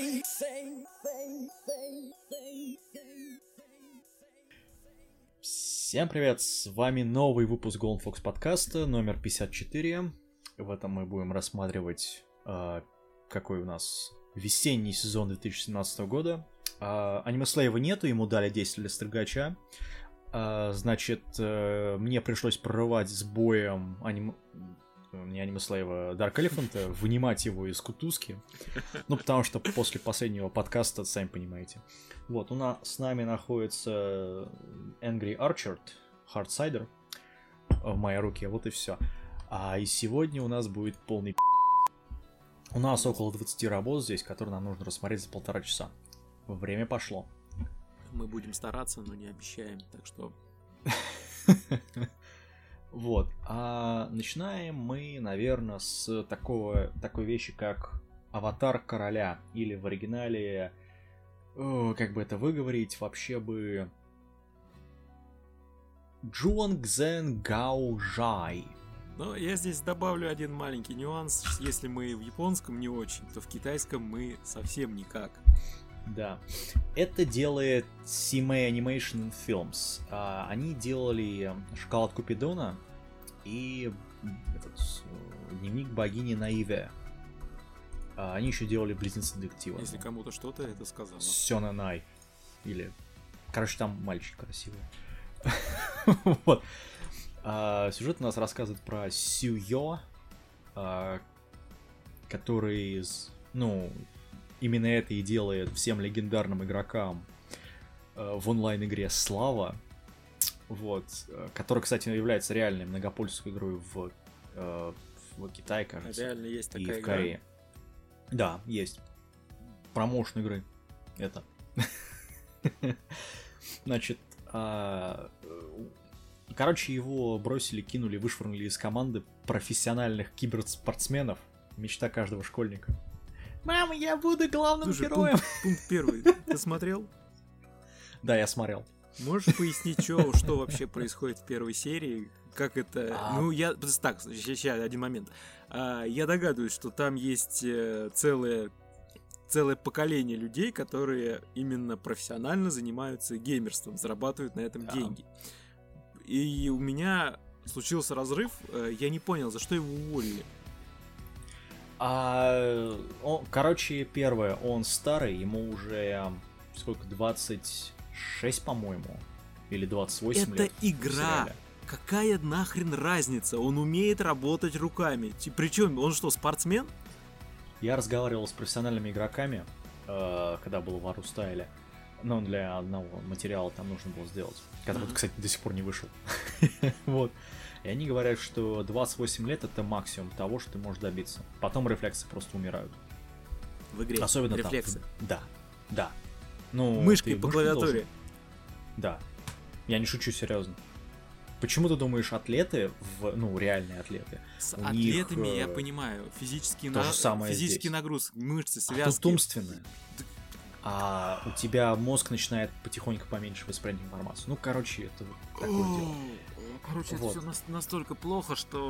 Всем привет, с вами новый выпуск Golden Fox подкаста, номер 54. В этом мы будем рассматривать, какой у нас весенний сезон 2017 года. Аниме-слейва нету, ему дали 10 для стригача. Значит, мне пришлось прорывать с боем не аниме-слейва, Dark Elephant, вынимать его из кутузки. Ну, потому что после последнего подкаста, сами понимаете. Вот, с нами находится Angry Archer, Hardsider в моей руке, вот и все. И сегодня у нас будет полный У нас около 20 работ здесь, которые нам нужно рассмотреть за 1,5 часа. Время пошло. Мы будем стараться, но не обещаем, так что... Вот. Начинаем мы, наверное, с такой вещи, как Аватар Короля. Или в оригинале, как бы это выговорить, вообще бы... Джуангзен Гаожай. Но я здесь добавлю один маленький нюанс. Если мы в японском не очень, то в китайском мы совсем никак. Да. Это делает Simei Animation Films. Они делали «Шоколад Купидона» и «Дневник богини Наиве». Они еще делали «Близнецы детектива». Если кому-то что-то это сказала. Сёнэнай. Или... Короче, там мальчик красивый. Вот. Сюжет у нас рассказывает про Сюё, который, именно это и делает всем легендарным игрокам в онлайн-игре Слава, вот, которая, кстати, является реальной многопольской игрой в Китае, кажется. Реально есть такая и в Корее. Да, есть. Промоушен игры. Это. Значит, короче, его бросили, кинули, вышвырнули из команды профессиональных киберспортсменов. Мечта каждого школьника. Мама, я буду главным героем. Пункт первый. Ты смотрел? Да, я смотрел. Можешь пояснить, что вообще происходит в первой серии? Как это... Так, сейчас, один момент. Я догадываюсь, что там есть целое поколение людей, которые именно профессионально занимаются геймерством, зарабатывают на этом деньги. И у меня случился разрыв, я не понял, за что его уволили. Короче, первое, он старый, ему уже 26, по-моему, или 28 лет. Это игра! Какая нахрен разница? Он умеет работать руками. Причем, он что, спортсмен? Я разговаривал с профессиональными игроками, когда был в Арустайле. Но для одного материала там нужно было сделать. Который, кстати, до сих пор не вышел. Вот. И они говорят, что 28 лет это максимум того, что ты можешь добиться. Потом рефлексы просто умирают. В игре. Особенно рефлексы. Там. Да. Мышкой по клавиатуре. Да. Я не шучу, серьезно. Почему ты думаешь, атлеты, реальные атлеты? С атлетами я понимаю. Физические нагрузки, мышцы, связки. Тут умственное. А у тебя мозг начинает потихоньку поменьше воспринимать информацию. Это такое дело. Короче, это все настолько плохо, что...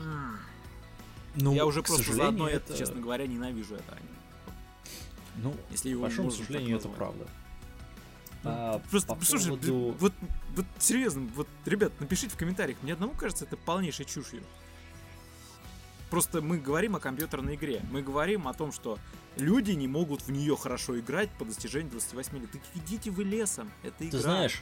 Я уже просто заодно это, честно говоря, ненавижу это аниме. Если его к большому сожалению, это правда. Просто, слушай, вот серьезно, ребят, напишите в комментариях, мне одному кажется, это полнейшей чушью. Просто мы говорим о компьютерной игре. Мы говорим о том, что люди не могут в нее хорошо играть по достижению 28 лет. Так идите вы лесом, это игра. Ты знаешь,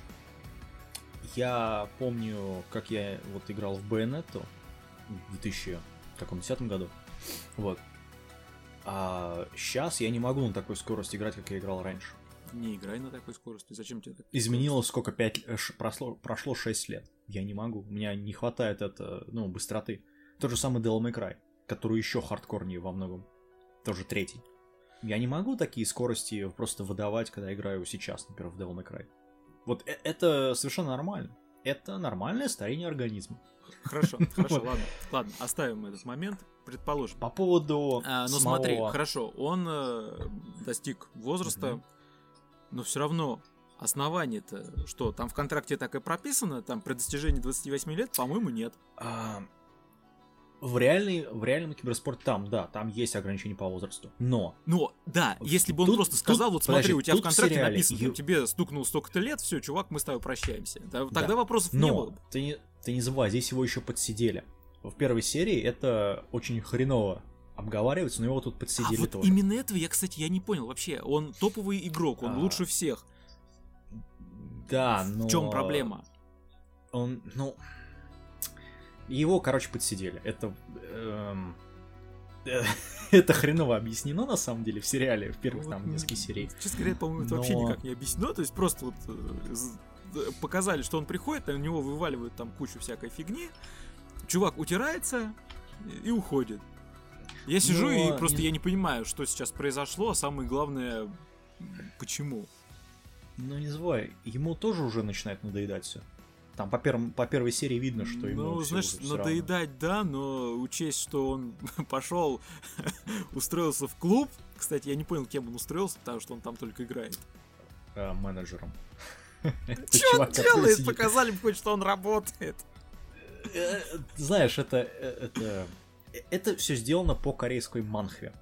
я помню, как я играл в Bayonetta в 2010 году. Вот. А сейчас я не могу на такой скорости играть, как я играл раньше. Не играй на такой скорости. Зачем тебе так? Изменилось сколько? Прошло 6 лет. Я не могу. У меня не хватает быстроты. Тот же самый Devil May Cry, который еще хардкорнее во многом. Тоже 3. Я не могу такие скорости просто выдавать, когда играю сейчас, например, в Devil May Cry. Вот это совершенно нормально. Это нормальное старение организма. Хорошо, ладно, оставим этот момент, предположим. По поводу смотри, хорошо, он достиг возраста, но все равно основание-то, что там в контракте так и прописано, там при достижении 28 лет, по-моему, нет. в реальном киберспорте там есть ограничения по возрасту, но... Да, если бы он просто сказал, вот смотри, у тебя в контракте написано, тебе стукнуло столько-то лет, все, чувак, мы с тобой прощаемся. Тогда вопросов не было бы. Ты не забывай, здесь его еще подсидели. В первой серии это очень хреново обговаривается, но его тут подсидели тоже. Именно этого я не понял вообще. Он топовый игрок, он лучше всех. Да, но... В чем проблема? Его, подсидели. Это хреново объяснено, на самом деле, в сериале, в первых нескольких сериях. Честно говоря, по-моему, это вообще никак не объяснено. То есть просто показали, что он приходит, на него вываливают там кучу всякой фигни. Чувак утирается и уходит. Я сижу и просто я не понимаю, что сейчас произошло, а самое главное, почему. Не забывай, ему тоже уже начинает надоедать все. Там по первой серии видно, что ему надоедать, да, но учесть, что он пошел, устроился в клуб. Кстати, я не понял, кем он устроился, потому что он там только играет. Менеджером. Что он делает? Показали бы хоть, что он работает. Знаешь, это все сделано по корейской манхве.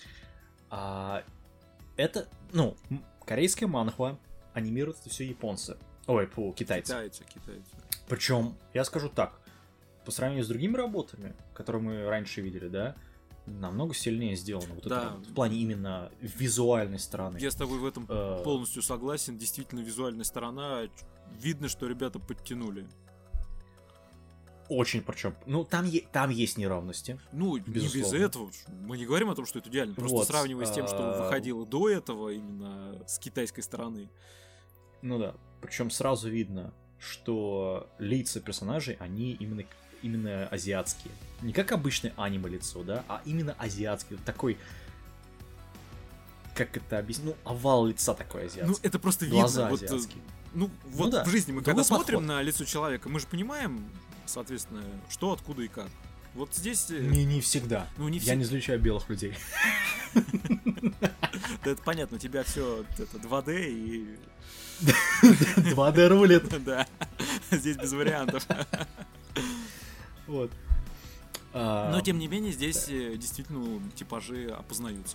Корейская манхва анимирует это все японцы. Китайцы. Причем, я скажу так, по сравнению с другими работами, которые мы раньше видели, да, намного сильнее сделано. В плане именно визуальной стороны. Я с тобой в этом полностью согласен. Действительно, визуальная сторона, видно, что ребята подтянули. Очень причем. Там есть неравности. Не без этого. Мы не говорим о том, что это идеально. Просто сравнивая с тем, что выходило до этого, именно с китайской стороны. Причем сразу видно, что лица персонажей, они именно азиатские. Не как обычное аниме-лицо, да, а именно азиатские. Такой, как это объяснить? Овал лица такой азиатский. Это просто глаза видно. азиатские. В жизни мы когда смотрим на лицо человека, мы же понимаем, соответственно, что, откуда и как. Вот здесь... Не всегда. Я не изучаю белых людей. Это понятно, у тебя все 2D и... 2D рулит. Да, здесь без вариантов. Вот. Но, тем не менее, здесь действительно типажи опознаются.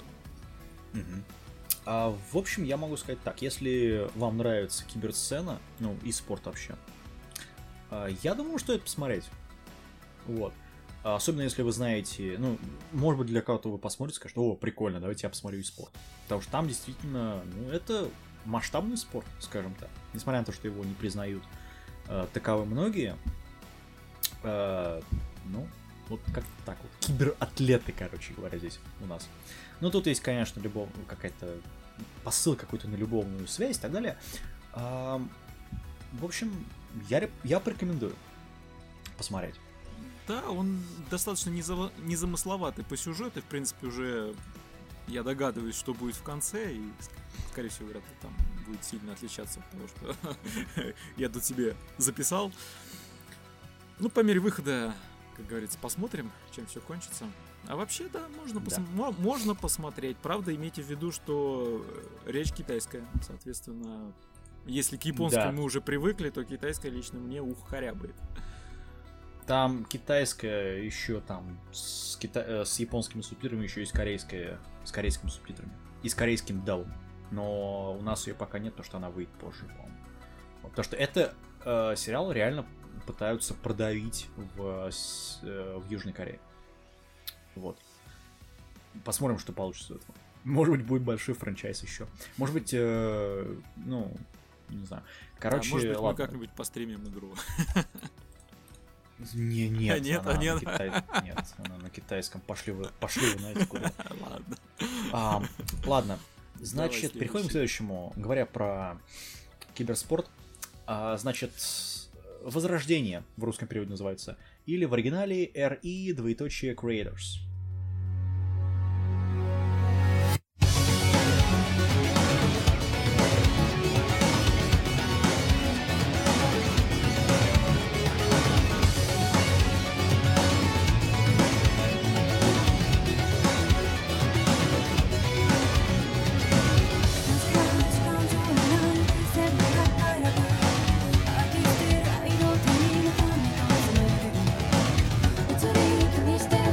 В общем, я могу сказать так. Если вам нравится киберсцена, и спорт вообще, я думаю, что это посмотреть. Вот. Особенно если вы знаете, может быть, для кого-то вы посмотрите, скажете, прикольно, давайте я посмотрю и спорт. Потому что там действительно, это масштабный спорт, скажем так. Несмотря на то, что его не признают таковы многие, вот как-то так вот. Кибератлеты, короче говоря, здесь у нас. Тут есть, конечно, какая-то посыл какой-то на любовную связь и так далее. В общем, я порекомендую посмотреть. Да, он достаточно незамысловатый по сюжету. В принципе, уже я догадываюсь, что будет в конце. И, скорее всего, вряд ли там будет сильно отличаться от того, что я тут себе записал. По мере выхода, как говорится, посмотрим, чем все кончится. А вообще, да, можно посмотреть. Правда, имейте в виду, что речь китайская. Соответственно, если к японскому мы уже привыкли, то китайская лично мне ухо корябает. Там китайская еще там с японскими субтитрами, еще есть корейская с корейскими субтитрами. И с корейским дабом. Но у нас ее пока нет, потому что она выйдет позже, по-моему. Потому что это сериал реально пытаются продавить в Южной Корее. Вот. Посмотрим, что получится из этого. Может быть, будет большой франчайз еще. Может быть, не знаю. Короче, может быть, ладно. мы как-нибудь постримим игру. Нет, нет. Она на китайском. Пошли вы, знаете куда. Ладно. Ладно, значит, переходим к следующему. Говоря про киберспорт, значит, Возрождение в русском переводе называется. Или в оригинале RE:(Creators). Mistake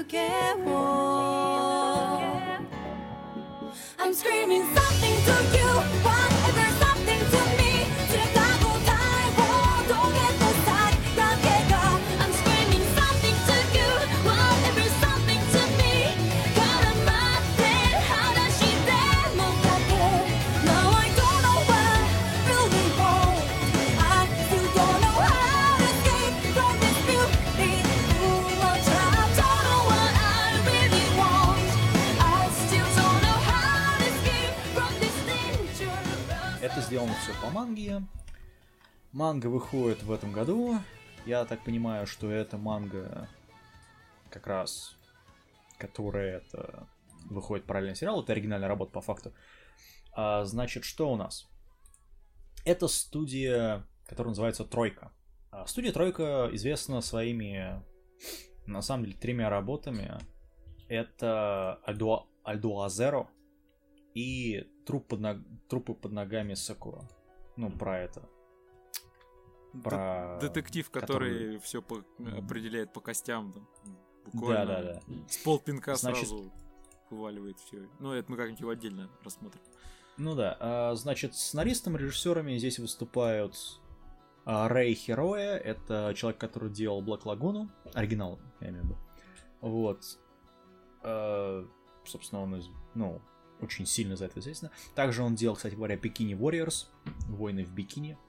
I'm screaming something to you, whatever something to me. 지나가고 달고 동해도 살아가게 가. I'm screaming something to you, whatever something to me. 가는 맛에 하나씩 대목하게. No, I don't know what I really want. I still don't know how to escape from this beauty. Ooh, I'm trapped, don't know what I really want. I still don't know how to escape from this danger. Это сделано все по манге. Манга выходит в этом году. Я так понимаю, что это манга как раз, которая это выходит параллельно сериалу. Это оригинальная работа по факту. Значит, что у нас? Это студия, которая называется Тройка. Студия Тройка известна своими, на самом деле, 3 работами. Это Альдуазеро и трупы под ногами Сакура. Ну, про это. Про... Детектив, который все определяет по костям. Там, буквально Да. с полпинка Значит... сразу вываливает все. Ну, это мы как-нибудь его отдельно рассмотрим. Ну да. Значит, сценаристами, режиссерами здесь выступают Рэй Хероя. Это человек, который делал Black Lagoon. Оригинал, я имею в виду. Вот. Собственно, он очень сильно за это известно. Также он делал, кстати говоря, Bikini Warriors. Войны в бикини.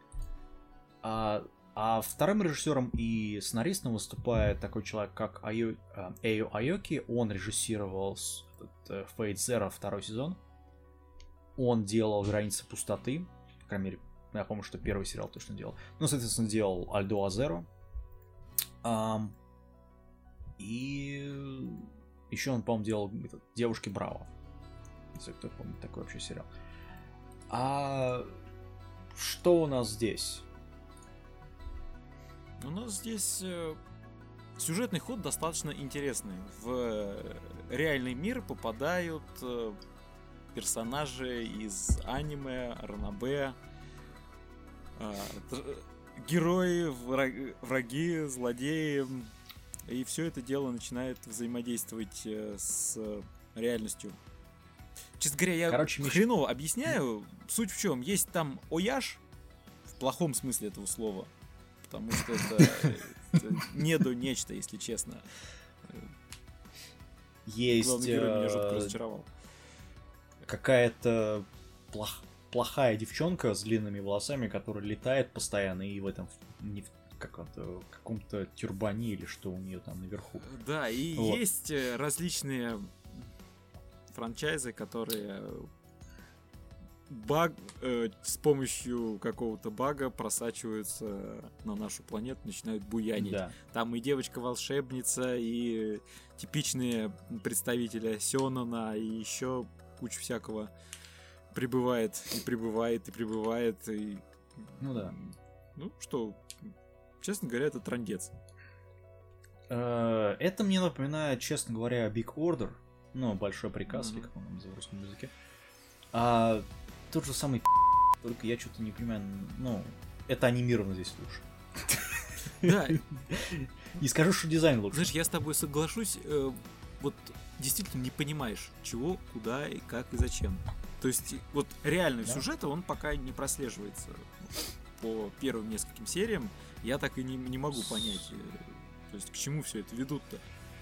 А вторым режиссером и сценаристом выступает такой человек, как Эйо Айоки. Он режиссировал Fate Zero 2 сезон. Он делал «Границы пустоты». По крайней мере, я помню, что первый сериал точно делал. Ну, соответственно, делал Альдуазеро. И еще он, по-моему, делал «Девушки Браво». Если кто помнит такой вообще сериал. А что у нас здесь? У нас здесь сюжетный ход достаточно интересный. В реальный мир попадают персонажи из аниме, ранобэ, герои, враги, злодеи. И все это дело начинает взаимодействовать с реальностью. Честно говоря, я хреново объясняю. Суть в чем? Есть там ояж, в плохом смысле этого слова. Потому что это нечто, если честно. Есть... Главный герой меня жутко разочаровал. Какая-то плохая девчонка с длинными волосами, которая летает постоянно и в этом... каком-то тюрбане или что у нее там наверху. Да, и вот. Есть различные франчайзы, которые с помощью какого-то бага просачиваются на нашу планету, начинают буянить. Да. Там и девочка-волшебница, и типичные представители сёнэна, и еще куча всякого прибывает. И... Ну да. Ну что, честно говоря, это трындец. Это мне напоминает, честно говоря, Big Order. Ну, большой приказ, как он называется в русском языке. Тот же самый только я что-то не понимаю. Ну, это анимировано здесь лучше. Да. Не скажу, что дизайн лучше. Знаешь, я с тобой соглашусь. Вот действительно не понимаешь, чего, куда и как и зачем. То есть, вот реальный сюжет, он пока не прослеживается. По первым нескольким сериям я так и не могу понять, то есть к чему все это ведут-то.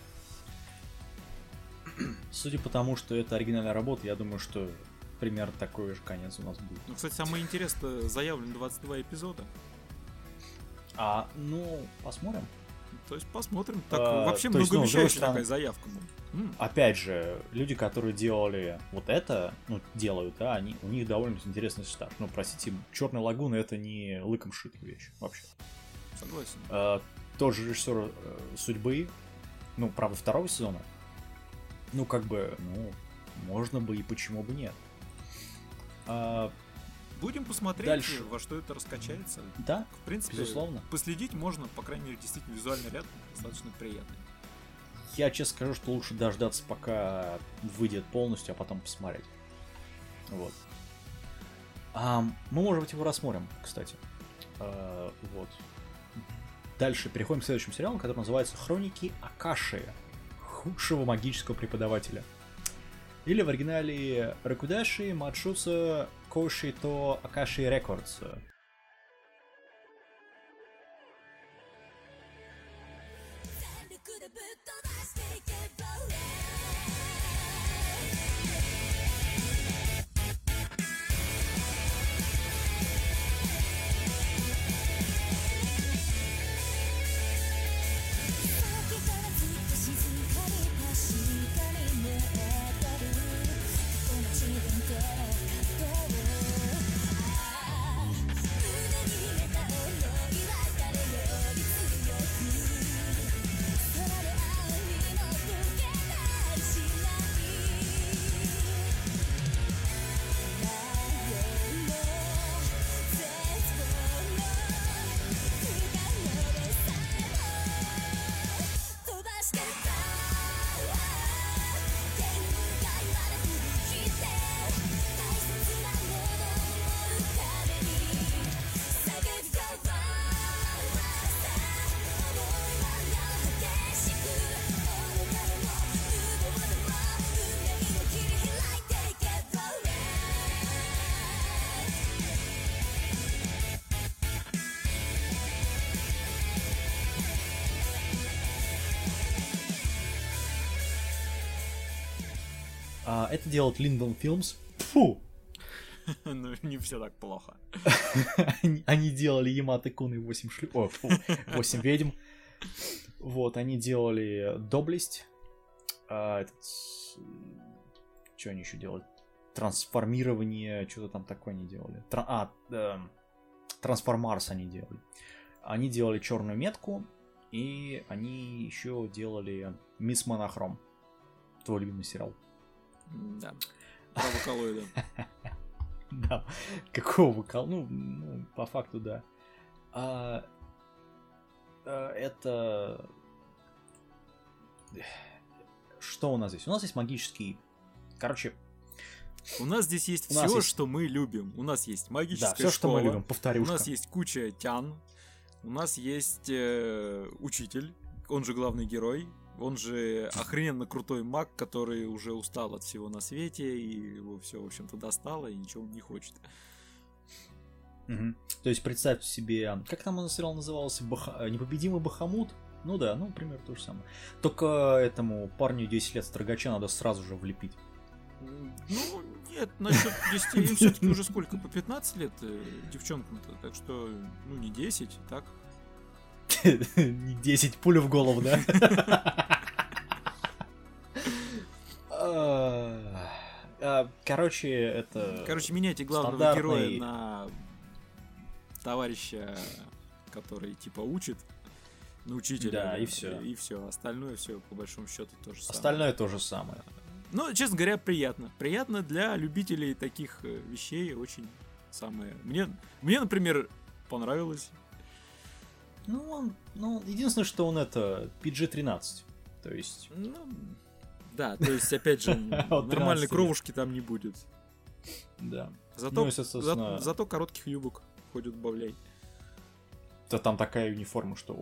Судя по тому, что это оригинальная работа, я думаю, что примерно такой же конец у нас будет. Ну, кстати, самое интересное, заявлено 22 эпизода. Ну, посмотрим. То есть посмотрим. Так вообще многообещающая такая заявка. Опять же, люди, которые делали вот это, делают, да, у них довольно интересный стаж. Ну, простите, Черная лагуна — это не лыком шитая вещь вообще. Согласен. Тот же режиссер Судьбы, правда, 2 сезона, можно бы и почему бы нет. Будем посмотреть, дальше, во что это раскачается. Да, в принципе, безусловно. Последить можно, по крайней мере, действительно визуальный ряд достаточно приятный. Я честно скажу, что лучше дождаться, пока выйдет полностью, а потом посмотреть. Вот. Мы, может быть, его рассмотрим, кстати. Вот. Дальше переходим к следующему сериалу, который называется «Хроники Акаши». худшего магического преподавателя. Или в оригинале Ракудаши Мачуса Коши То Акаши Рекордс. Это делает Linden Films. Фу! Ну, не все так плохо. Они делали Ямато Кун и 8 ведьм. Вот, они делали Доблесть. Что они еще делали? Трансформирование, что-то там такое они делали. Трансформарс они делали. Они делали Черную метку, и они еще делали Мисс Монохром. Твой любимый сериал. Да. Про вокалоида. Да. Какого вокала? Ну, по факту, да. Это... Что у нас здесь? У нас есть магический... Короче... У нас здесь есть все, что мы любим. У нас есть магическая школа. Да, все, что мы любим, повторюшка. У нас есть куча тян. У нас есть учитель, он же главный герой. Он же охрененно крутой маг, который уже устал от всего на свете, и его все, в общем-то, достало, и ничего не хочет. Угу. То есть представьте себе, как там он сериал назывался? Непобедимый Бахамут? Ну да, ну, примерно то же самое. Только этому парню 10 лет строгача надо сразу же влепить. Ну, нет, насчет 10, им все-таки уже сколько, по 15 лет девчонкам-то, так что, ну, не 10, так? Не 10, пулю в голову, да? Короче, это... Короче, меняйте главного героя на товарища, который, типа, учит, на учителя. Да, и все. И все. Остальное все, по большому счету, то же самое. Остальное то же самое. Ну, честно говоря, приятно. Приятно для любителей таких вещей, очень самое... Мне, например, понравилось. Ну, единственное, что он это PG-13. То есть... Ну, да, то есть, опять же, нормальной кровушки там не будет. Да. Зато коротких юбок ходят бавляй. Да там такая униформа, что...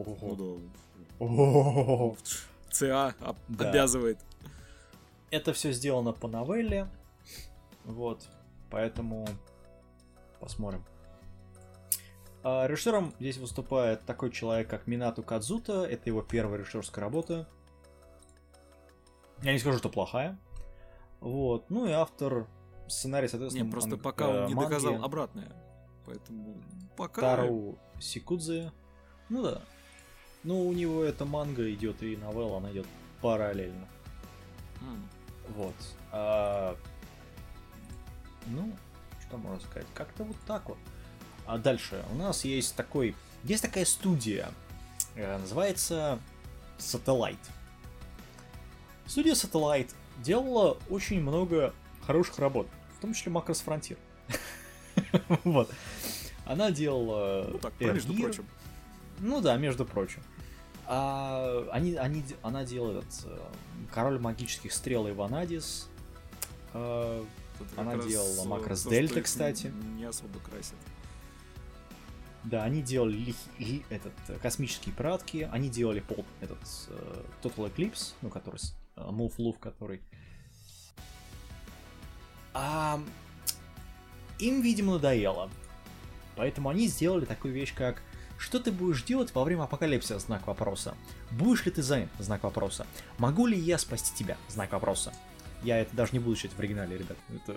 Ого. ЦА обязывает. Это все сделано по новелле. Вот. Поэтому посмотрим. Режиссером здесь выступает такой человек, как Минато Кадзута. Это его первая режиссерская работа. Я не скажу, что плохая. Вот. Ну и автор сценария, соответственно... Не, просто пока он не доказал обратное. Поэтому пока... Тару Сикудзе. Ну да. Ну, у него эта манга идет и новелла, она идет параллельно. Вот. Ну, что можно сказать? Как-то вот так вот. А дальше у нас есть такая студия, называется Satellite. Студия Satellite делала очень много хороших работ, в том числе Macross Frontier. Вот. Она делала... Ну так, между прочим. Ну да, между прочим. Она делает Король магических стрел и Ванадис. Она делала Макрос Дельта, кстати. Не особо красит. Да, они делали космические пиратки, они делали Total Eclipse, ну, который Move-Love, который... Им, видимо, надоело. Поэтому они сделали такую вещь, как «Что ты будешь делать во время апокалипсиса?» Знак вопроса. «Будешь ли ты занят?» Знак вопроса. «Могу ли я спасти тебя?» Знак вопроса. Я это даже не буду читать в оригинале, ребят. Это...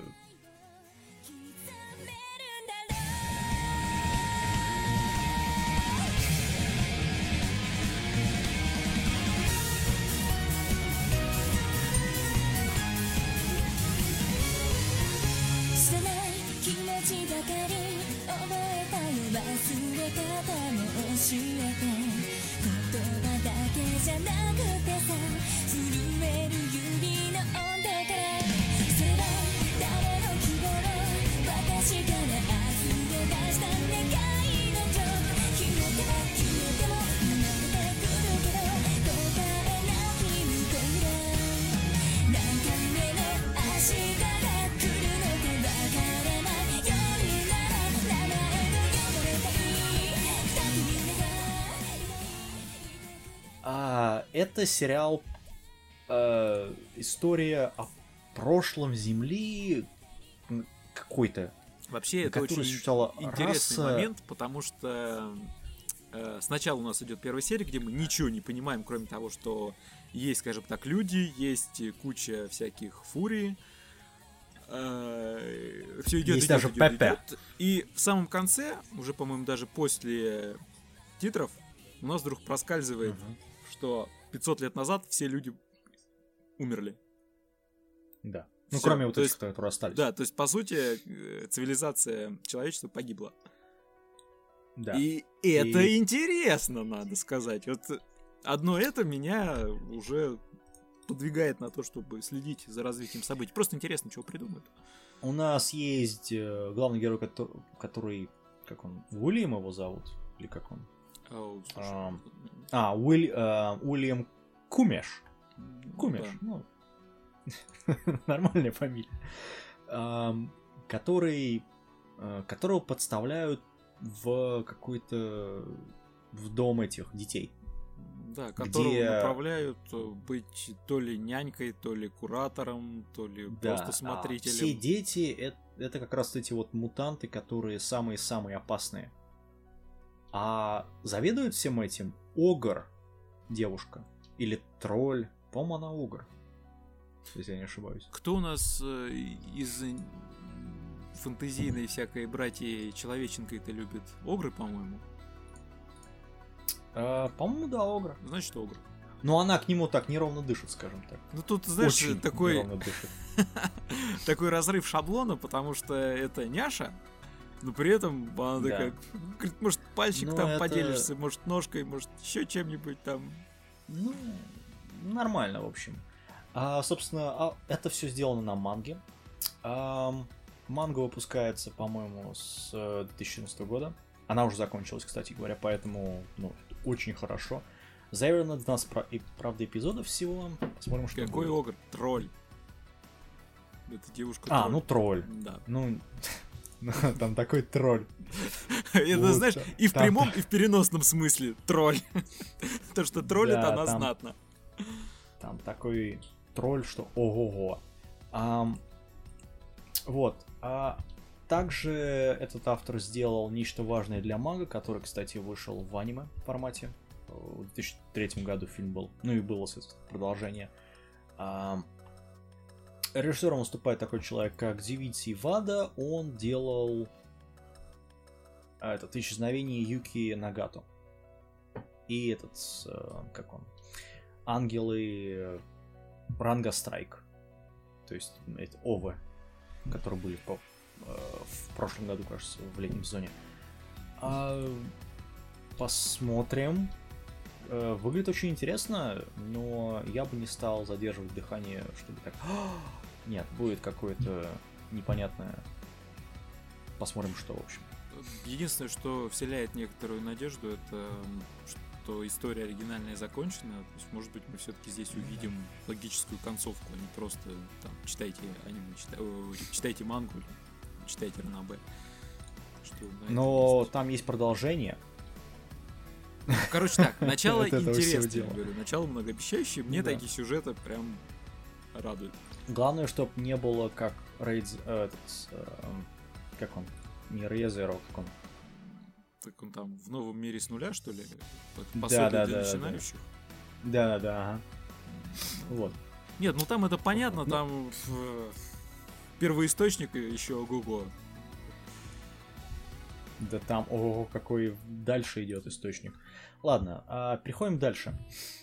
Это сериал история о прошлом Земли какой-то. Вообще, это очень интересный момент, потому что сначала у нас идет первая серия, где мы ничего не понимаем, кроме того, что есть, скажем так, люди, есть куча всяких фурий. Все идет, есть даже Пеппе. И в самом конце, уже, по-моему, даже после титров, у нас вдруг проскальзывает, что 500 лет назад все люди умерли. Да. Ну, всё, кроме вот этих, которые остались. Да, то есть, по сути, цивилизация человечества погибла. Да. И это интересно, надо сказать. Вот одно это меня уже подвигает на то, чтобы следить за развитием событий. Просто интересно, чего придумают. У нас есть главный герой, который... Как он? Уильям его зовут? Или как он? Уильям Кумеш. Кумеш, Да. ну, нормальная фамилия. Которого подставляют в какой-то... в дом этих детей. Да, которого направляют быть то ли нянькой, то ли куратором, то ли просто смотрителем. Все дети это как раз эти вот мутанты, которые самые-самые опасные. А заведует всем этим Огр, девушка. Или тролль. По-моему, она Огр. Если я не ошибаюсь. Кто у нас из фэнтезийной всякой братьи Человеченко-то любит? Огры, по-моему? По-моему, да, Огр. Значит, Огр. Но она к нему так неровно дышит, скажем так. Ну тут, знаешь, очень такой... неровно дышит. такой разрыв шаблона, потому что это няша, но при этом она такая... Говорит, может, пальчик там поделишься, может, ножкой, может, еще чем-нибудь там. Ну, нормально, в общем. Собственно, это все сделано на манге. Манга выпускается, по-моему, с 2014 года. Она уже закончилась, кстати говоря, поэтому, ну, очень хорошо. Заявлено 12, правда, эпизодов всего. Посмотрим, что Какой будет. Огр? Тролль. Это девушка-тролль. Ну тролль. Да. Ну, там такой тролль. Это, знаешь, и в прямом, и в переносном смысле тролль. То, что троллит она знатно. Там такой тролль, что ого-го. Вот. Также этот автор сделал нечто важное для манга, который, кстати, вышел в аниме формате. В 2003 году фильм был. Ну и было, соответственно, продолжение. Режиссером выступает такой человек, как Дзивиси Вада. Он делал этот «Исчезновение Юки Нагато». И этот, как он, «Ангелы Ранга Страйк». То есть это ОВА, которые были в прошлом году, кажется, в летнем сезоне. Посмотрим. Выглядит очень интересно, но я бы не стал задерживать дыхание, чтобы так... Нет, будет какое-то непонятное... Посмотрим, что, в общем. Единственное, что вселяет некоторую надежду, это что история оригинальная закончена. То есть, может быть, мы все-таки здесь увидим логическую концовку, а не просто там читайте аниме, читайте мангу, читайте ранобэ. Но там есть продолжение. Короче так, начало От этого всего интересное, дела. говорю, начало многообещающее, мне Да. такие сюжеты прям радуют. Главное, чтобы не было как Рейд... как он? Не Резеро, как он? Так он там в новом мире с нуля, что ли? Да, Пособие да, для да, начинающих? Да, ага. Вот. Нет, ну там это понятно, Ну. там первоисточник еще ого-го. Да там, ого, какой дальше идет источник. Ладно, переходим дальше.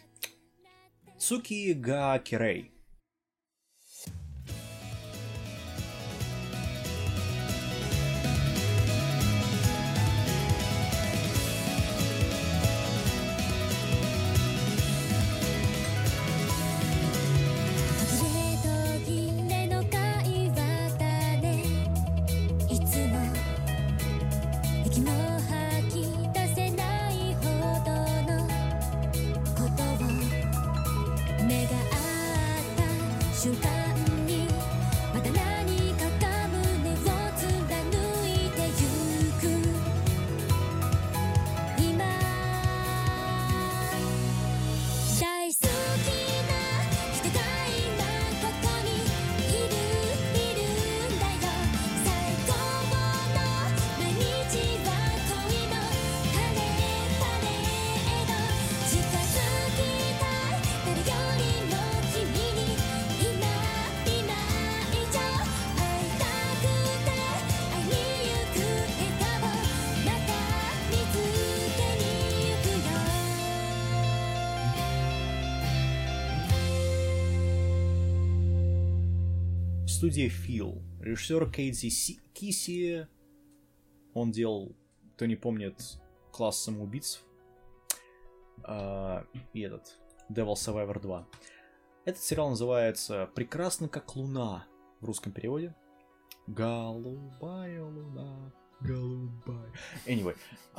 Цуки га Кирей. Студия Фил. Режиссер Кейдзи Киси. Он делал, кто не помнит, Класс самоубийц. И этот Devil Survivor 2. Этот сериал называется «Прекрасно как луна» в русском переводе. Голубая луна, голубая. Anyway.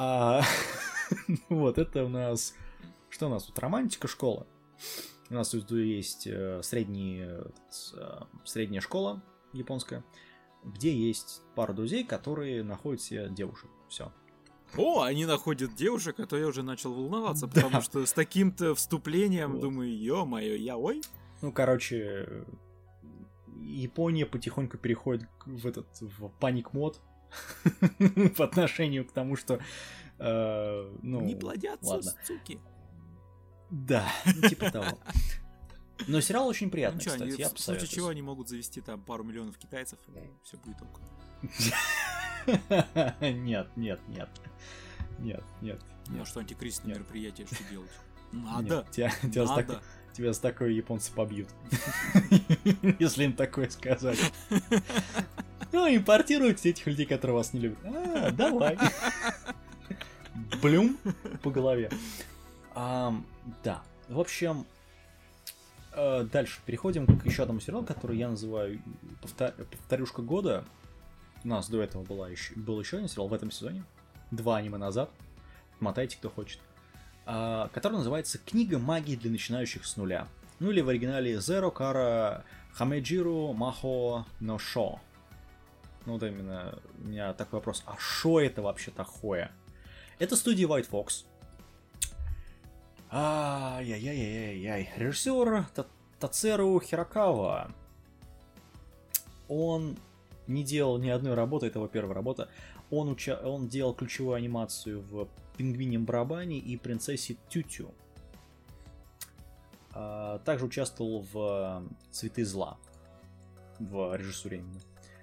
Вот, это у нас... Что у нас тут? Романтика школа. У нас тут есть средняя школа японская, где есть пара друзей, которые находят себе девушек. Все. О, они находят девушек, а то я уже начал волноваться, потому что с таким-то вступлением, Вот. думаю, ё-моё, ой. Ну, короче, Япония потихоньку переходит в паник-мод по отношению к тому, что... ну, Не плодятся, ладно. суки. Да, ну, типа того. Но сериал очень Ну приятный, что, кстати, я в случае чего посоветую. они могут завести там пару миллионов китайцев, и все будет ок. Нет. Ну а что, антикризисное Нет. мероприятие, что делать? Надо, Нет, надо. тебя с такой японцы побьют. Если им такое сказать. Ну, импортируйте этих людей, которые вас не любят. Давай. Блюм по голове. Да. В общем, дальше переходим к еще одному сериалу, который я называю «Повторюшка года». У нас до этого был еще один сериал в этом сезоне. 2 аниме назад. Мотайте, кто хочет. Который называется «Книга магии для начинающих с нуля». Ну или в оригинале «Zero Kara Хамеджиру Махо но Шо». Ну вот именно у меня такой вопрос. А шо это вообще такое? Это студия White Fox. Ай-яй-яй-яй-яй. Режиссер Тацеру Хирокава. Он не делал ни одной работы, это его первая работа. Он делал ключевую анимацию в «Пингвиньем барабане» и «Принцессе Тютю». Также участвовал в «Цветы зла» в режиссуре именно.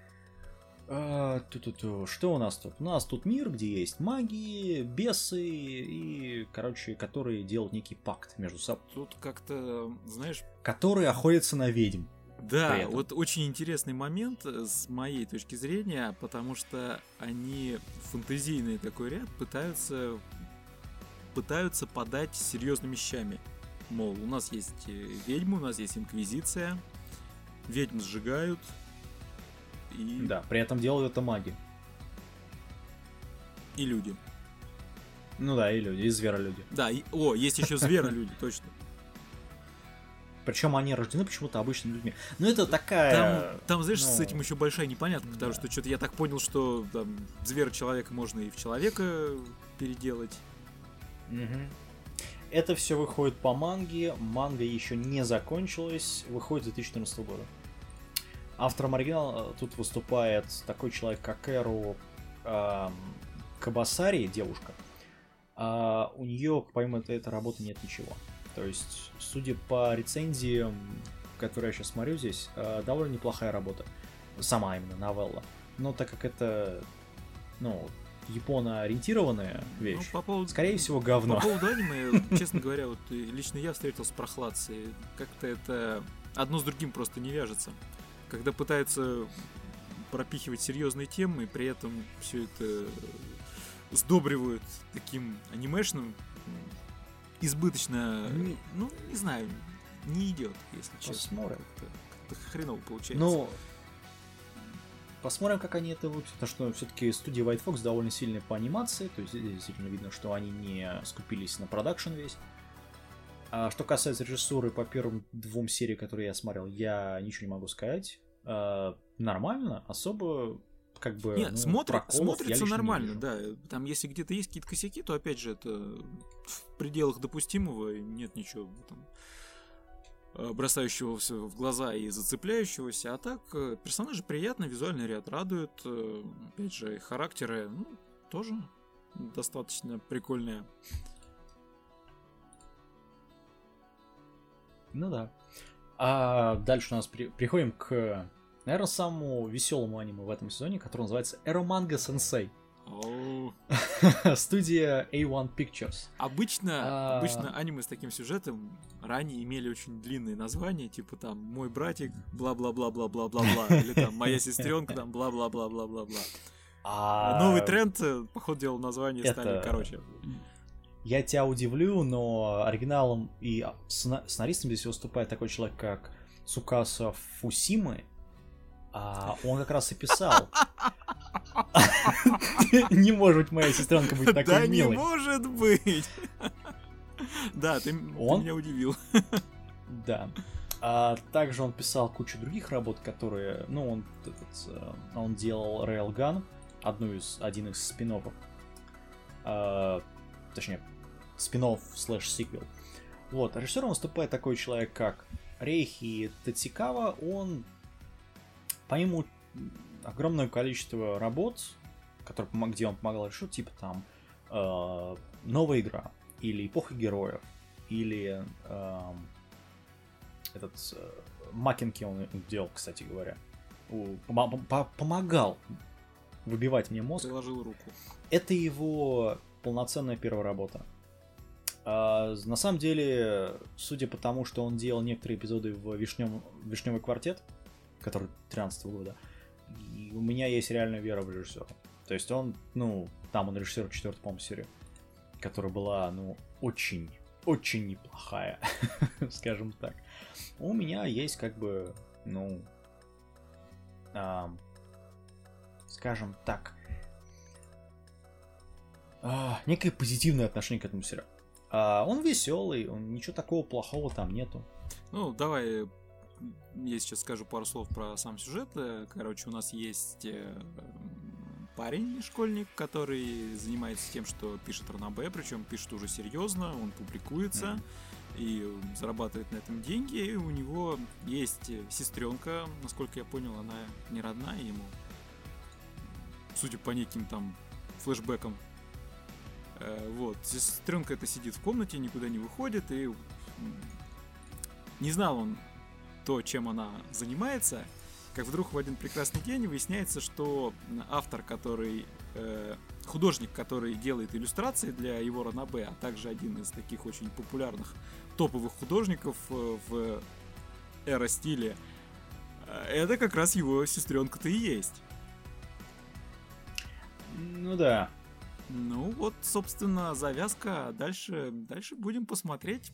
Что у нас тут? У нас тут мир, где есть маги, бесы и, короче, которые делают некий пакт между собой. Тут как-то, знаешь... Которые охотятся на ведьм. При Да, этом. вот очень интересный момент с моей точки зрения, потому что они фэнтезийный такой ряд пытаются подать серьезными вещами. Мол, у нас есть ведьмы, у нас есть инквизиция, ведьм сжигают, и, Да, при этом делают это маги. и люди. Ну да, и люди, и зверолюди. Да, есть еще зверолюди, точно. Причем они рождены почему-то обычными людьми. Ну это такая... Там, знаешь, ну, с этим еще большая непонятка, потому да. что что-то я так понял, что там, зверь-человека можно и в человека переделать. Мгм. Это все выходит по манге. Манга еще не закончилась. Выходит с 2014 года. Автором оригинала тут выступает такой человек, как Эру Кабасари, девушка. А у нее, помимо этой работы, нет ничего. То есть, судя по рецензиям, которые я сейчас смотрю здесь, довольно неплохая работа. Сама именно новелла. Но так как это, ну, японо-ориентированная вещь, Ну, по поводу... скорее всего, говно. По поводу аниме, честно говоря, вот лично я встретился с прохладцей. Как-то это одно с другим просто не вяжется. Когда пытаются пропихивать серьезные темы, и при этом все это сдобривают таким анимешным, избыточно, ну, не знаю, не идет, если честно. Посмотрим. Как-то хреново получается. Ну, посмотрим, как они это выпустят, потому что все-таки студия White Fox довольно сильная по анимации, то есть здесь действительно видно, что они не скупились на продакшн весь. А что касается режиссуры по первым 2 сериям, которые я смотрел, я ничего не могу сказать. Нормально, особо как бы Нет, проколов я смотрится лично не нормально, вижу. да. Там, если где-то есть какие-то косяки, то опять же это в пределах допустимого, и нет ничего там бросающегося в глаза и зацепляющегося. А так, персонажи приятные, визуальный ряд радует. Опять же, характеры, ну, тоже достаточно прикольные. Ну да. А дальше у нас приходим к, наверное, самому веселому аниме в этом сезоне, которое называется Эроманга Сенсей. Оу. Студия A1 Pictures. Обычно аниме с таким сюжетом ранее имели очень длинные названия, типа там «Мой братик», бла-бла-бла-бла-бла-бла-бла, или там «Моя сестренка», там бла-бла-бла-бла-бла-бла. Новый тренд, походу дела, названия стали короче. Я тебя удивлю, но оригиналом и сценаристом здесь выступает такой человек, как Цукаса Фусимы. Он как раз и писал. Не может быть моя сестренка быть такой Да милой. не может быть! Да, ты меня удивил. Да. Также он писал кучу других работ, которые... Ну, он делал Railgun, один из спин-оффов. Точнее, спин-офф /сиквел. Вот. Режиссером выступает такой человек, как Рейхи Тацикава. Он, помимо огромного количества работ, где он помогал решить, типа там новая игра, или эпоха героев, или Макинки он делал, кстати говоря. Помогал выбивать мне мозг. Приложил руку. Это его полноценная первая работа. На самом деле, судя по тому, что он делал некоторые эпизоды в Вишневый квартет, который 13 года, и у меня есть реальная вера в режиссера. То есть он, там он режиссер 4-й, по-моему, серии, которая была, очень, очень неплохая, скажем так. У меня есть как бы, скажем так, некое позитивное отношение к этому сериалу. Он веселый, ничего такого плохого там нету. Ну, давай я сейчас скажу пару слов про сам сюжет. Короче, у нас есть парень, школьник, который занимается тем, что пишет ранобэ, причем пишет уже серьезно, он публикуется и зарабатывает на этом деньги. И у него есть сестренка, насколько я понял, она не родная ему, судя по неким там флешбекам. Вот, сестренка эта сидит в комнате, никуда не выходит, и не знал он то, чем она занимается, как вдруг в один прекрасный день выясняется, что автор, художник, который делает иллюстрации для его ранобэ, а также один из таких очень популярных топовых художников в эро-стиле, это как раз его сестренка-то и есть. Ну да. Ну вот, собственно, завязка. Дальше будем посмотреть.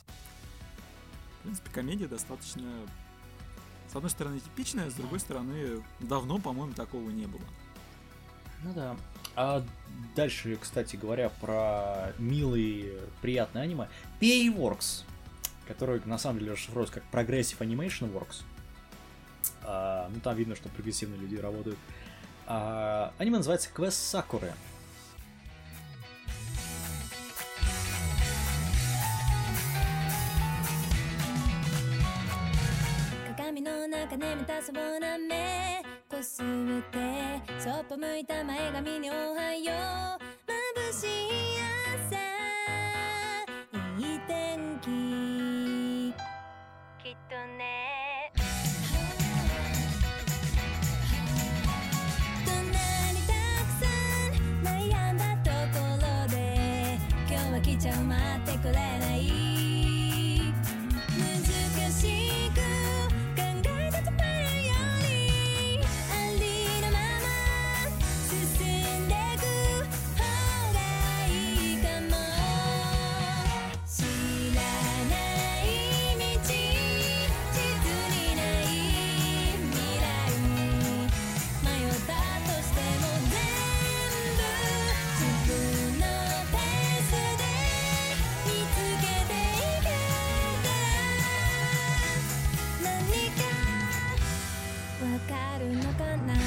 В принципе, комедия достаточно, с одной стороны, типичная, с другой стороны, давно, по-моему, такого не было. Ну да. А дальше, кстати говоря, про милые, приятные аниме. PA-Works, который на самом деле расшифровывается как Progressive Animation Works. Там видно, что прогрессивные люди работают. Аниме называется Квест Сакуры. 眠たそうな目こすってそっぽ向いた前髪におはよう眩しい朝いい天気きっとねどんなにたくさん悩んだところで今日は来ちゃう待ってくれない難しく考えて止まるよりありのまま進んでく方がいいかも知らない道地図にない未来迷ったとしても全部自分のペースで見つけていけたら何かわかるのかな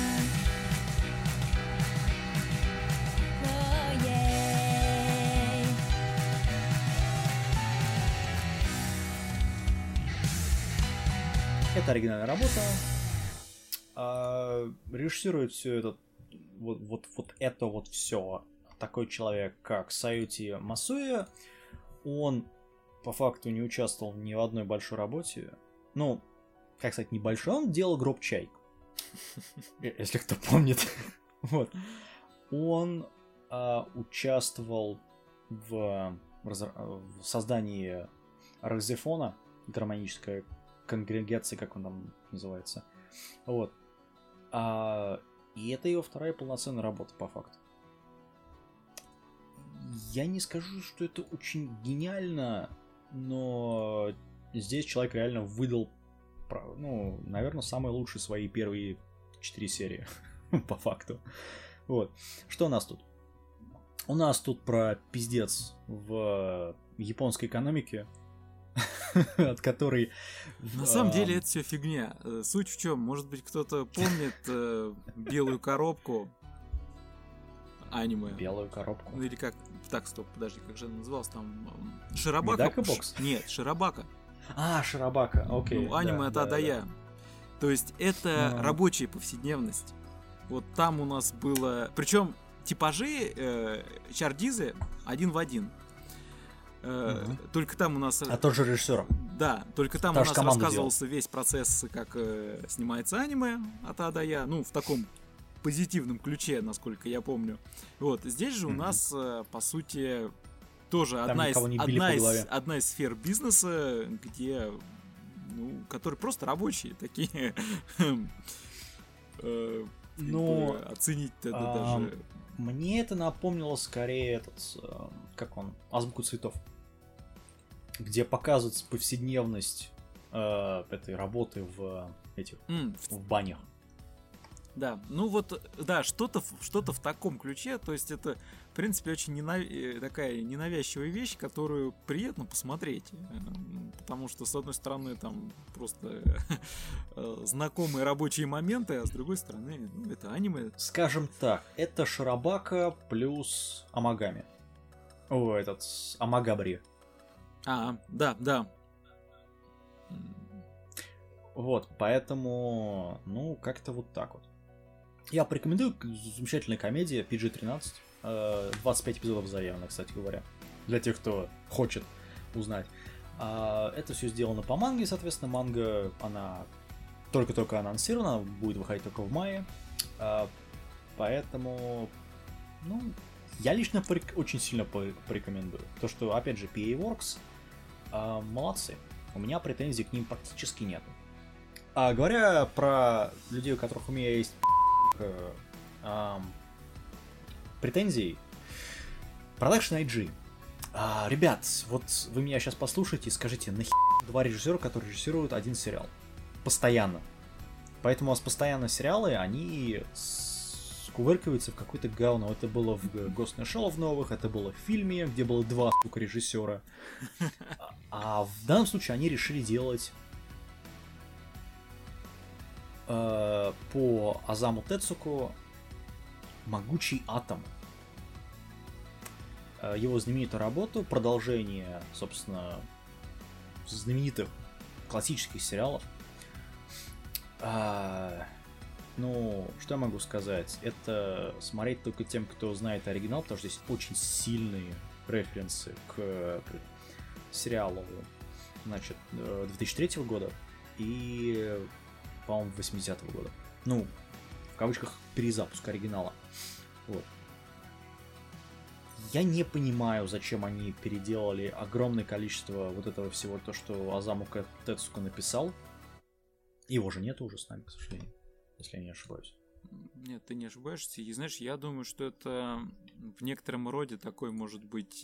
Oh yeah Это оригинальная работа. Режиссирует все это, вот это вот все такой человек, как Саюти Масуя. Он по факту не участвовал ни в одной большой работе. Ну, как сказать, небольшой. Он делал Гроб Чайк. Если кто помнит. Вот. Он участвовал в создании Рокзефона, гармонической конгрегации, как он там называется. Вот. И это его вторая полноценная работа, по факту. Я не скажу, что это очень гениально, но здесь человек реально выдал, ну, наверное, самые лучшие свои первые 4 серии, по факту. Вот. Что у нас тут? У нас тут про пиздец в японской экономике, от которой... На самом деле это все фигня. Суть в чем? Может быть, кто-то помнит белую коробку аниме? Белую коробку? Ну или как... Так, стоп, подожди, как же она называлась там? Широбака? Медака Бокс? Нет, Широбака. Широбака, окей. Ну, аниме от Адая. То есть это рабочая повседневность. Вот там у нас было... Причем типажи чардизы один в один. Только там у нас... А тот же режиссер. Да, только там у нас рассказывался весь процесс, как снимается аниме от Адая. Ну, в таком позитивном ключе, насколько я помню. Вот, здесь же у нас, по сути, тоже одна из сфер бизнеса, где, ну, которые просто рабочие такие. Ну, оценить даже... Мне это напомнило скорее Азбуку цветов, где показывается повседневность этой работы в банях. Да, ну вот, да, что-то в таком ключе, то есть это, в принципе, очень такая ненавязчивая вещь, которую приятно посмотреть, потому что, с одной стороны, там просто знакомые рабочие моменты, а с другой стороны, ну, это аниме. Скажем так, это Широбака плюс Амагами. Амагабри. Да. Вот, поэтому, ну, как-то вот так вот. Я порекомендую замечательная комедия PG-13. 25 эпизодов заявлено, кстати говоря. Для тех, кто хочет узнать. Это все сделано по манге, соответственно. Манга, она только-только анонсирована, будет выходить только в мае. Поэтому, ну, я лично очень сильно порекомендую. То, что, опять же, PA Works молодцы. У меня претензий к ним практически нет. Говоря про людей, у которых у меня есть претензий, Production IG. Ребят, вот вы меня сейчас послушайте и скажите, нахер два режиссера, которые режиссируют один сериал. Постоянно. Поэтому у вас постоянно сериалы, они скувыркиваются в какое-то говно. Это было в Ghost in the Shell в новых, это было в фильме, где было 2 режиссера. А в данном случае они решили делать по Азаму Тецуко «Могучий атом». Его знаменитую работу, продолжение, собственно, знаменитых классических сериалов. Ну, что я могу сказать? Это смотреть только тем, кто знает оригинал, потому что здесь очень сильные референсы к сериалу, значит, 2003 года и, по-моему, 80-го года. Ну, в кавычках, перезапуск оригинала. Вот. Я не понимаю, зачем они переделали огромное количество вот этого всего, то, что Азаму Тецука написал. Его же нету уже с нами, к сожалению, если я не ошибаюсь. Нет, ты не ошибаешься. И знаешь, я думаю, что это в некотором роде такой, может быть,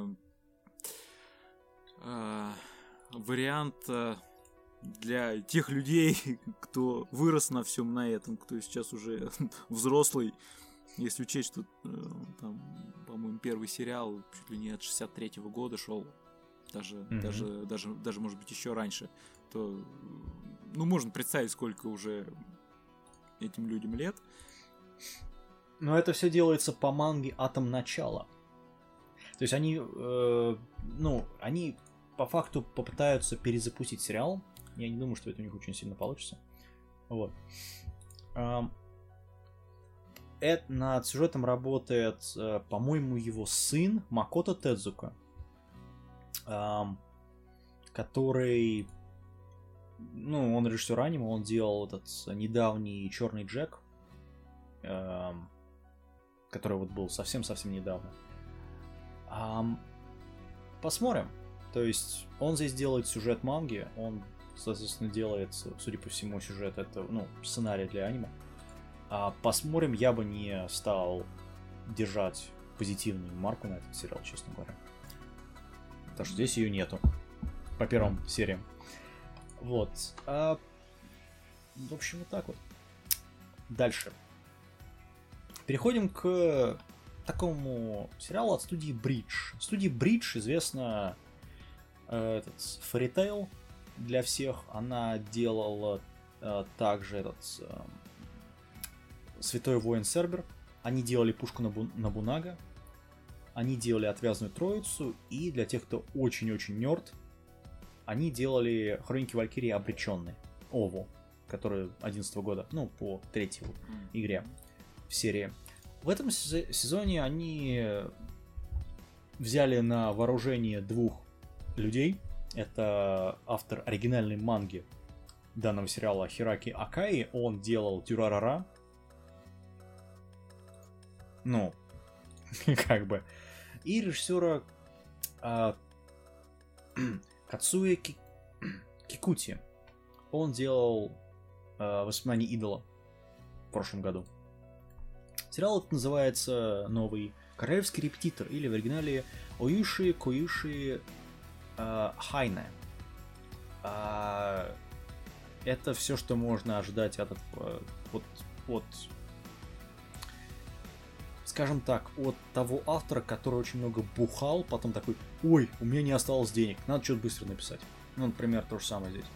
вариант для тех людей, кто вырос на всем на этом, кто сейчас уже взрослый. Если учесть, что там, по-моему, первый сериал чуть ли не от 63-го года шел, даже, может быть, еще раньше, то, ну, можно представить, сколько уже этим людям лет. Но это все делается по манге «Атом начала». То есть они, они по факту попытаются перезапустить сериал. Я не думаю, что это у них очень сильно получится. Вот. Над сюжетом работает, по-моему, его сын Макото Тедзука, который, ну, он режиссер аниме, он делал этот недавний «Черный Джек», который вот был совсем-совсем недавно. Посмотрим. То есть он здесь делает сюжет манги, он, соответственно, делает, судя по всему, сюжет это, ну, сценарий для аниме. Посмотрим, я бы не стал держать позитивную марку на этот сериал, честно говоря. Потому что здесь ее нету. По первым сериям. Вот. В общем, вот так вот. Дальше. Переходим к такому сериалу от студии Bridge. Студии Bridge известна этот Fairy Tail для всех. Она делала также этот Святой воин Цербер. Они делали Пушку Нобунага. Они делали Отвязную Троицу. И для тех, кто очень-очень нерд, они делали Хроники Валькирии Обреченные. Ову, который 2011 года. Ну, по третьей игре в серии. В этом сезоне они взяли на вооружение двух людей. Это автор оригинальной манги данного сериала Хираки Акаи. Он делал Дюрарара. Ну, как бы. И режиссера Кацуэ Кикути. Он делал «Воспоминания идола» в прошлом году. Сериал этот называется «Новый королевский репетитор», или в оригинале «Оюши Коюши Хайне». Это все, что можно ожидать от скажем так, от того автора, который очень много бухал, потом такой: ой, у меня не осталось денег, надо что-то быстро написать. Ну, например, то же самое здесь.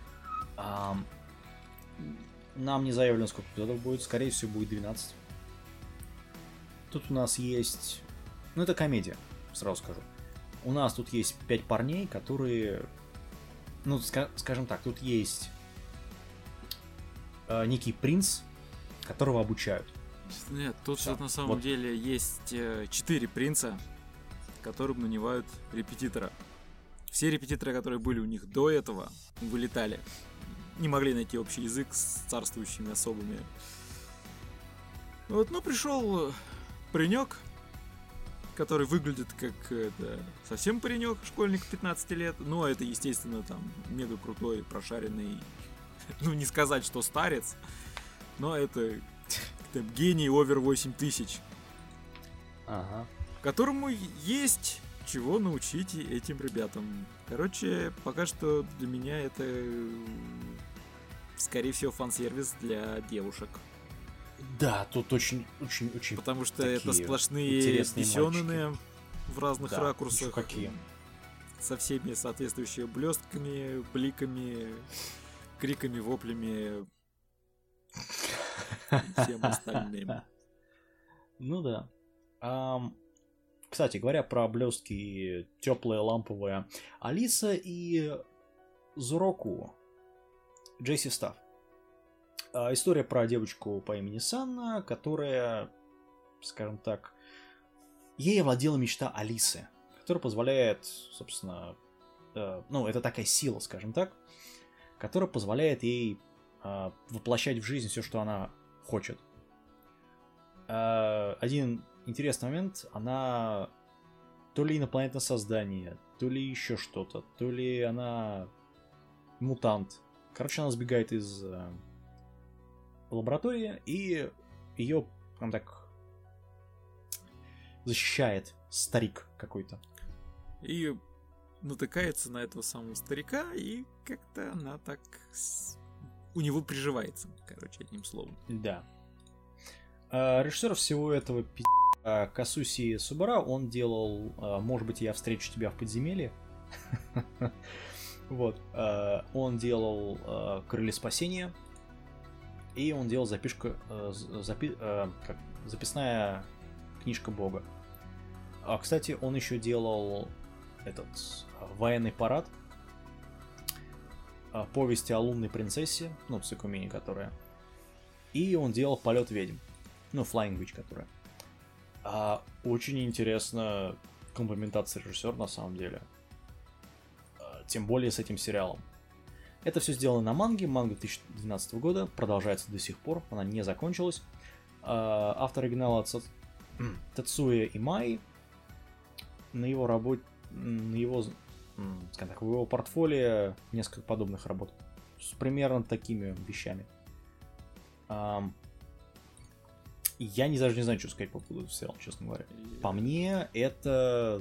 Нам не заявлено, сколько эпизодов будет, скорее всего, будет 12. Тут у нас есть... Ну, это комедия, сразу скажу. У нас тут есть 5 парней, которые... Ну, скажем так, тут есть некий принц, которого обучают. Нет, тут на самом деле есть 4 принца, которым нанимают репетитора. Все репетиторы, которые были у них до этого, вылетали. Не могли найти общий язык с царствующими особами. Вот, ну, пришел паренек, который выглядит как совсем паренек, школьник 15 лет. Но это, естественно, там мега крутой, прошаренный, ну, не сказать, что старец, но это... гений овер 8000. Ага. Которому есть чего научить этим ребятам. Короче, пока что для меня это, скорее всего, фан-сервис для девушек. Да, тут очень. Потому что это сплошные писённые в разных ракурсах. Какие? Со всеми соответствующими блестками, бликами, криками, воплями. Всем остальным. Ну да. Кстати, говоря про блестки и теплые ламповые, Алиса и Зуроку, Джейси Стафф. История про девочку по имени Санна, которая, скажем так, ей овладела мечта Алисы, которая позволяет, собственно, это такая сила, скажем так, которая позволяет ей воплощать в жизнь все, что она хочет. Один интересный момент, она то ли инопланетное создание, то ли еще что-то, то ли она мутант. Короче, она сбегает из лаборатории, и ее прям так защищает старик какой-то. И натыкается на этого самого старика, и как-то она так у него приживается, короче, одним словом. Да. Режиссер всего этого Касуси Субара, он делал «Может быть, я встречу тебя в подземелье». Вот. Он делал «Крылья спасения», и он делал записная книжка Бога. Кстати, он еще делал военный парад, повести о лунной принцессе, Цукумини, которая. И он делал полет ведьм, Flying Witch, которая. Очень интересно комплементация режиссера на самом деле. Тем более с этим сериалом. Это все сделано на манге. Манга 2012 года. Продолжается до сих пор. Она не закончилась. Автор оригинала Тацуя Имай. В его портфолио несколько подобных работ. С примерно такими вещами. Я даже не знаю, что сказать по поводу этого сериала, честно говоря. По мне, это...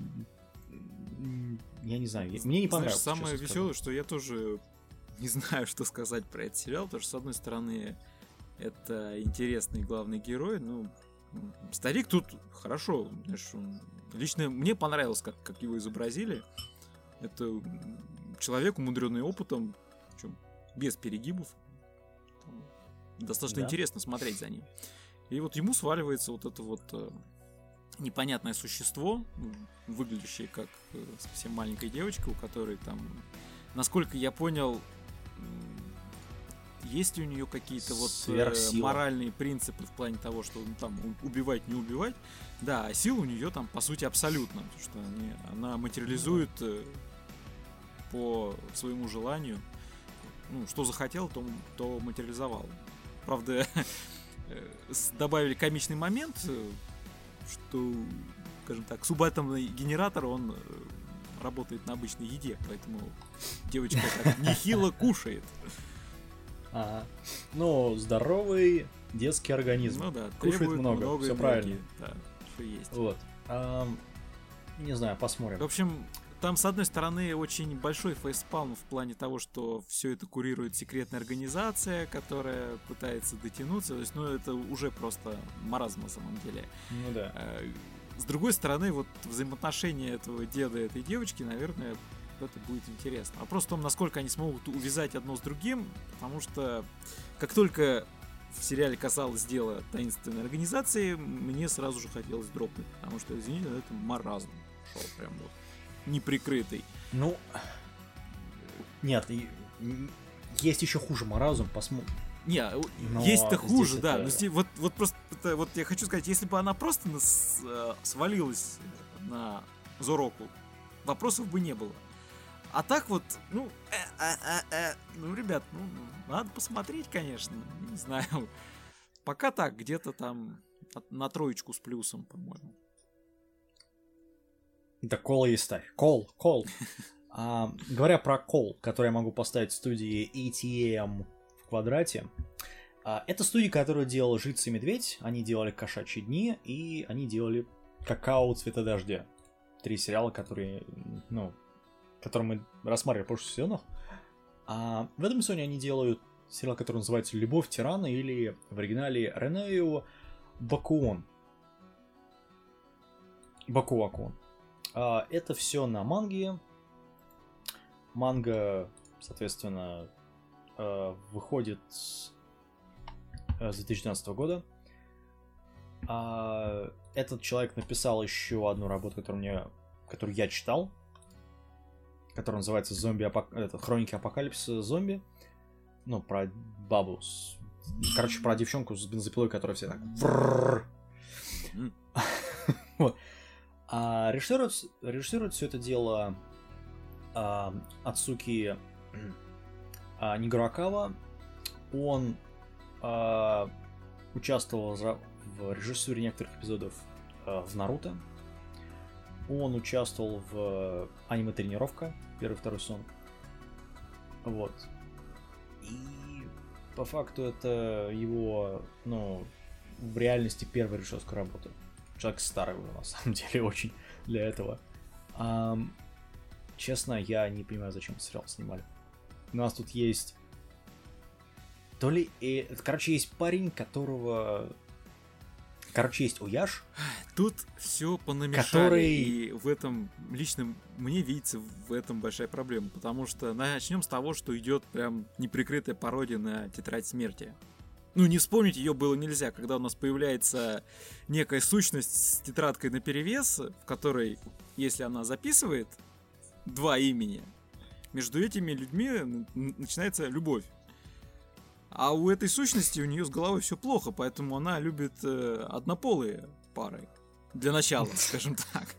Я не знаю, мне не понравилось. Знаешь, самое веселое, что я тоже не знаю, что сказать про этот сериал, потому что, с одной стороны, это интересный главный герой, старик тут хорошо, знаешь, лично мне понравилось, как его изобразили. Это человек, умудренный опытом, причем без перегибов. Достаточно интересно смотреть за ним. И вот ему сваливается вот это вот непонятное существо, выглядящее как совсем маленькая девочка, у которой там, насколько я понял, есть ли у нее какие-то вот моральные принципы в плане того, что там убивать, не убивать. Да, а сил у нее там по сути абсолютно, потому что она материализует по своему желанию. Что захотел, то материализовал. Правда, добавили комичный момент, что, скажем так, субатомный генератор, он работает на обычной еде, поэтому девочка так нехило кушает. Здоровый детский организм. Кушает много, все правильно. Да, все есть. Вот. Не знаю, посмотрим. В общем, там, с одной стороны, очень большой фейспалм в плане того, что все это курирует секретная организация, которая пытается дотянуться. То есть, это уже просто маразм на самом деле. Да. С другой стороны, вот взаимоотношения этого деда и этой девочки, наверное, это будет интересно. Вопрос в том, насколько они смогут увязать одно с другим, потому что как только в сериале касалось дела таинственной организации, мне сразу же хотелось дропнуть, потому что, извините, это маразм шел прям вот неприкрытый. Нет, есть еще хуже маразм, посмотрим. Есть-то хуже, да. Это... Вот просто вот я хочу сказать, если бы она просто свалилась на Зороку, вопросов бы не было. А так вот, ребят, надо посмотреть, конечно, не знаю. Пока так, где-то там на 3 с плюсом, по-моему. Да, кол и ставь. Кол. Говоря про кол, который я могу поставить в студии ATM в квадрате, это студия, которая делала «Жиц и медведь», они делали «Кошачьи дни», и они делали «Какао цвета дождя». 3 сериала, которые мы рассматривали в прошлых сезонах. А в этом сезоне они делают сериал, который называется «Любовь тирана», или в оригинале «Ренею Бакуон». Бакуакон. Это все на манге. Манга, соответственно, выходит с 2012 года. Этот человек написал еще одну работу, которую я читал, которая называется «Хроники апокалипсиса зомби». Ну, про бабу короче, про девчонку с бензопилой, которая все так... Врррр. Вот. А режиссирует все это дело Ацуки Нигуракава. Он участвовал в режиссуре некоторых эпизодов в Наруто. Он участвовал в аниме-тренировка, первый и второй сезон. Вот. И по факту это его, ну, в реальности первая режиссерская работа. Человек старый уже, на самом деле, очень для этого. Честно, я не понимаю, зачем этот сериал снимали. У нас тут есть... То ли... Короче, есть парень, которого... Короче, есть Ояж. Тут все понамешали, который... и в этом лично мне видится в этом большая проблема, потому что начнем с того, что идет прям неприкрытая пародия на Тетрадь смерти. Ну, не вспомнить ее было нельзя, когда у нас появляется некая сущность с тетрадкой наперевес, в которой, если она записывает два имени, между этими людьми начинается любовь. А у этой сущности у нее с головой все плохо, поэтому она любит однополые пары. Для начала, скажем так.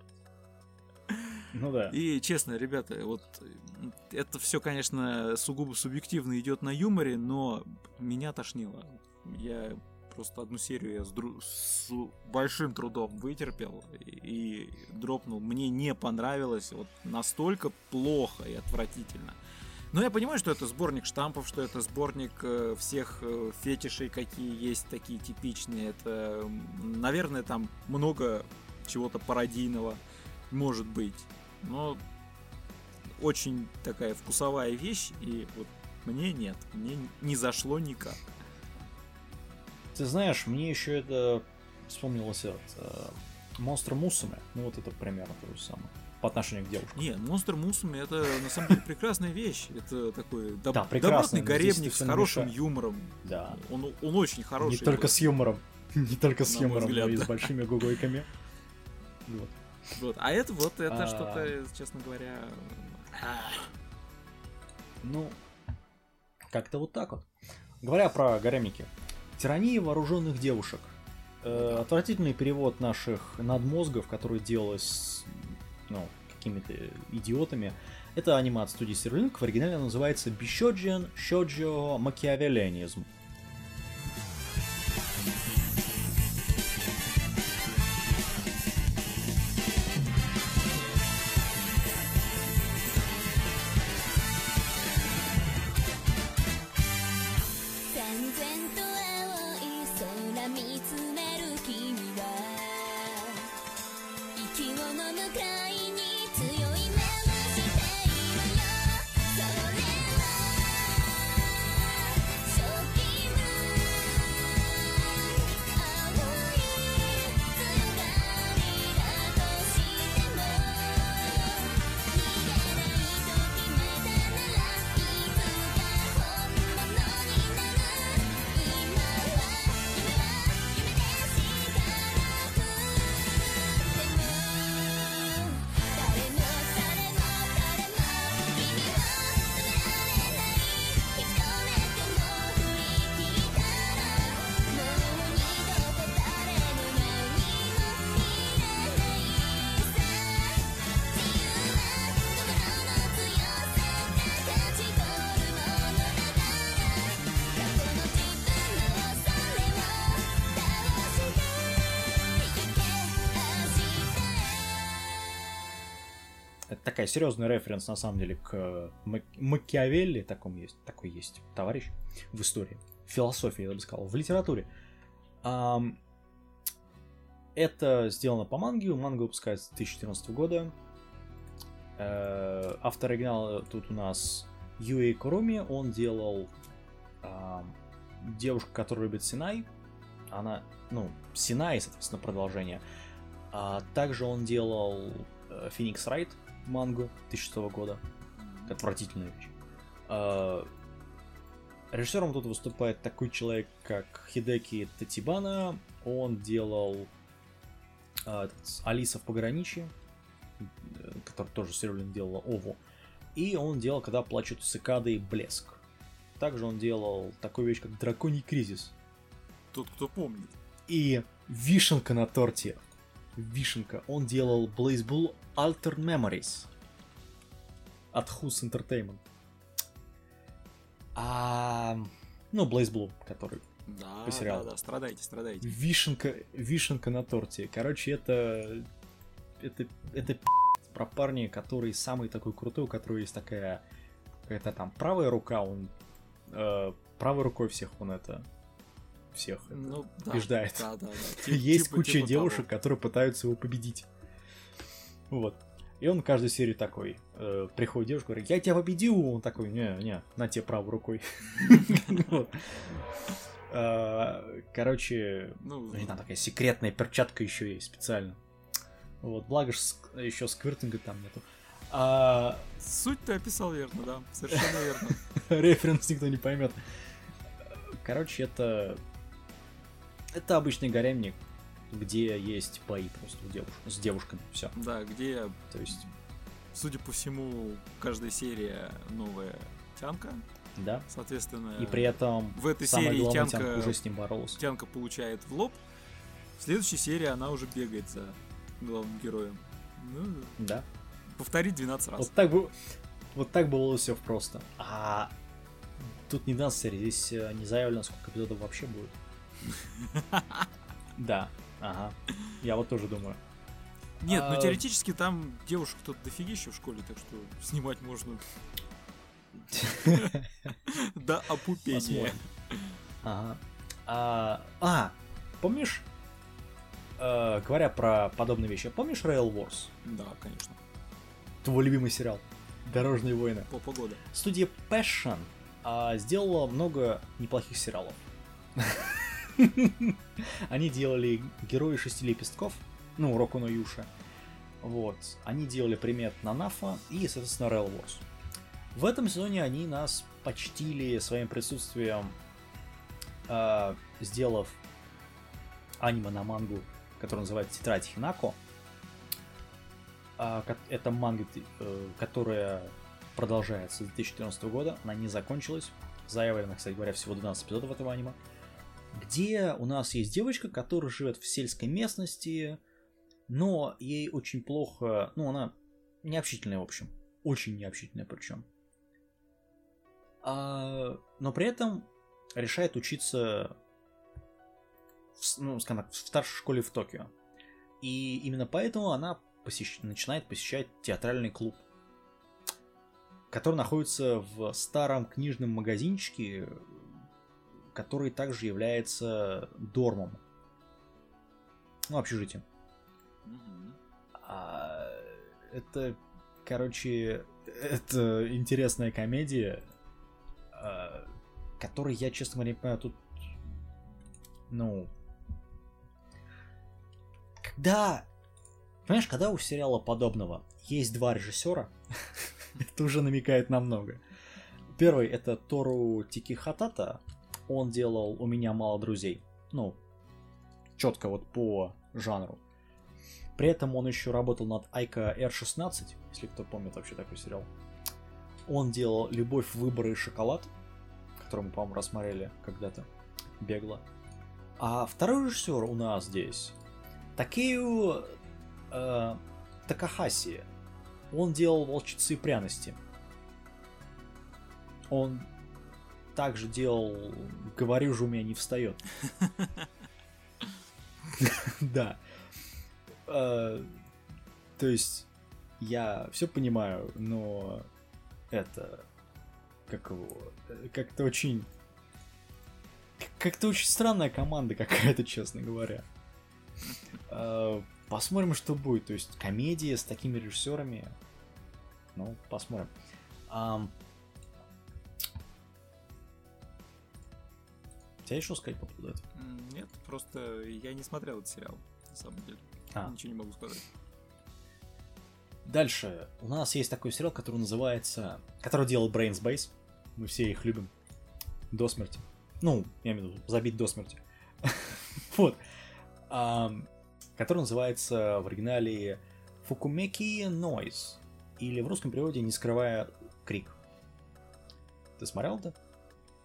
Ну да. И честно, ребята, вот это все, конечно, сугубо субъективно идет на юморе, но меня тошнило. Я просто одну серию я с большим трудом вытерпел и дропнул. Мне не понравилось вот настолько плохо и отвратительно. Но я понимаю, что это сборник штампов, что это сборник всех фетишей, какие есть, такие типичные. Это, наверное, там много чего-то пародийного может быть. Но очень такая вкусовая вещь, и вот мне нет, мне не зашло никак. Ты знаешь, мне еще это вспомнилось от Монстр Мусуме. Ну вот это примерно то же самое. По отношению к девушкам. Не, Монстр Мусуме это на самом деле прекрасная вещь. Это такой Да, добротный гаремник с всё хорошим намешано. юмором. Да. Он очень хороший. Не только с юмором. Не только с На мой юмором, взгляд, но и с да. большими гугойками. Вот. Вот. А это вот это что-то, честно говоря. Ну, как-то вот так вот. Говоря про гаремники. Тирания вооруженных девушек. Отвратительный перевод наших надмозгов, который делалось, ну, какими-то идиотами. Это аниме от студии Сирлинг. В оригинале называется Бишоджин Шоджо Макиавеллянизм. Это такая серьезная референс, на самом деле, к Макиавелли, такой есть товарищ в истории, в философии, я бы сказал, в литературе. Это сделано по манге, манга выпускается с 2014 года. Автор оригинала тут у нас Юэй Куруми, он делал девушку, которая любит Синай, она, ну, Синай, соответственно, продолжение. Также он делал Феникс Райт, мангу 2006 года. Отвратительная вещь. Режиссером тут выступает такой человек, как Хидеки Татибана. Он делал Алиса в пограничье, который тоже Сирлинг делала Ову. И он делал Когда плачут цикады и Блеск. также он делал такую вещь, как Драконий кризис. Тот, кто помнит. И вишенка на торте. Вишенка. Он делал Blaze Blue Altered Memories от Who's Entertainment. Ну, Blaze Blue, который Да, по сериалу. да, страдайте. Вишенка на торте. Короче, это про парня, который самый такой крутой, у которого есть такая какая-то там правая рука, он правой рукой всех Ну, да, побеждает. Да. Есть куча типа девушек, того. которые пытаются его победить. Вот. И он в каждой серии такой, приходит девушка, говорит, я тебя победил, он такой, не, на тебе правой рукой. Вот. Короче, Ну, не знаю, такая секретная перчатка еще есть специально. Вот, благо еще сквиртинга там нету. суть ты описал верно, да, совершенно верно. Референс никто не поймет. Короче, это обычный гаремник, где есть бои просто с девушками, все. Да, где, То есть, судя по всему, каждая серия новая тянка, да. соответственно, И при этом в этой самое серии главное, тянка- Тянка уже с ним боролся. тянка получает в лоб, в следующей серии она уже бегает за главным героем. Ну, Да. повторить 12 раз. Вот так было все просто. А тут не 12 серий, здесь не заявлено, сколько эпизодов вообще будет. Да, ага. Я вот тоже думаю. Нет, ну теоретически там девушек тут дофигища в школе, так что снимать можно до опупения. Посмотрим. Ага. Помнишь, говоря про подобные вещи, помнишь Rail Wars? Да, конечно. Твой любимый сериал. Дорожные войны. По погоде. Студия Passion сделала много неплохих сериалов. Они делали Герои шести лепестков, ну, Року но Юша. Вот. Они делали Примет Нанафа и, соответственно, Rail Wars. В этом сезоне они нас почтили своим присутствием, сделав аниме на мангу, которая называется Тетрадь Хинако. Это манга, которая продолжается с 2014 года, она не закончилась. Заявлено, кстати говоря, всего 12 эпизодов этого аниме. Где у нас есть девочка, которая живет в сельской местности, но ей очень плохо, ну, она необщительная, в общем. Очень необщительная причем. Но при этом решает учиться скажем так, в старшей школе в Токио. И именно поэтому она начинает посещать театральный клуб, который находится в старом книжном магазинчике, который также является дормом. Ну, общежитием. Это, короче, это интересная комедия, которой я, честно говоря, не понимаю, тут, ну, когда у сериала подобного есть два режиссера, это уже намекает на много. Первый — это Тору Тикихатата, он делал «У меня мало друзей», ну, четко вот по жанру. При этом он еще работал над Айка R16, если кто помнит вообще такой сериал. Он делал «Любовь, выборы и шоколад», который мы, по-моему, рассмотрели когда-то бегло. А второй режиссер у нас здесь Такею Такахаси. Он делал «Волчицы и пряности». Он также делал «Говорю же, у меня не встает». Да. То есть, я все понимаю, но это... Как-то очень странная команда какая-то, честно говоря. Посмотрим, что будет. То есть, комедия с такими режиссерами. Ну, посмотрим. У тебя есть что сказать по поводу этого? Нет, просто я не смотрел этот сериал, на самом деле. Ничего не могу сказать. Дальше. У нас есть такой сериал, который называется... Который делал Brains Base. Мы все их любим. До смерти. Ну, я имею в виду, забить до смерти. Вот. Который называется в оригинале Fukumeki Noise. Или в русском переводе «Не скрывая крик». Ты смотрел это?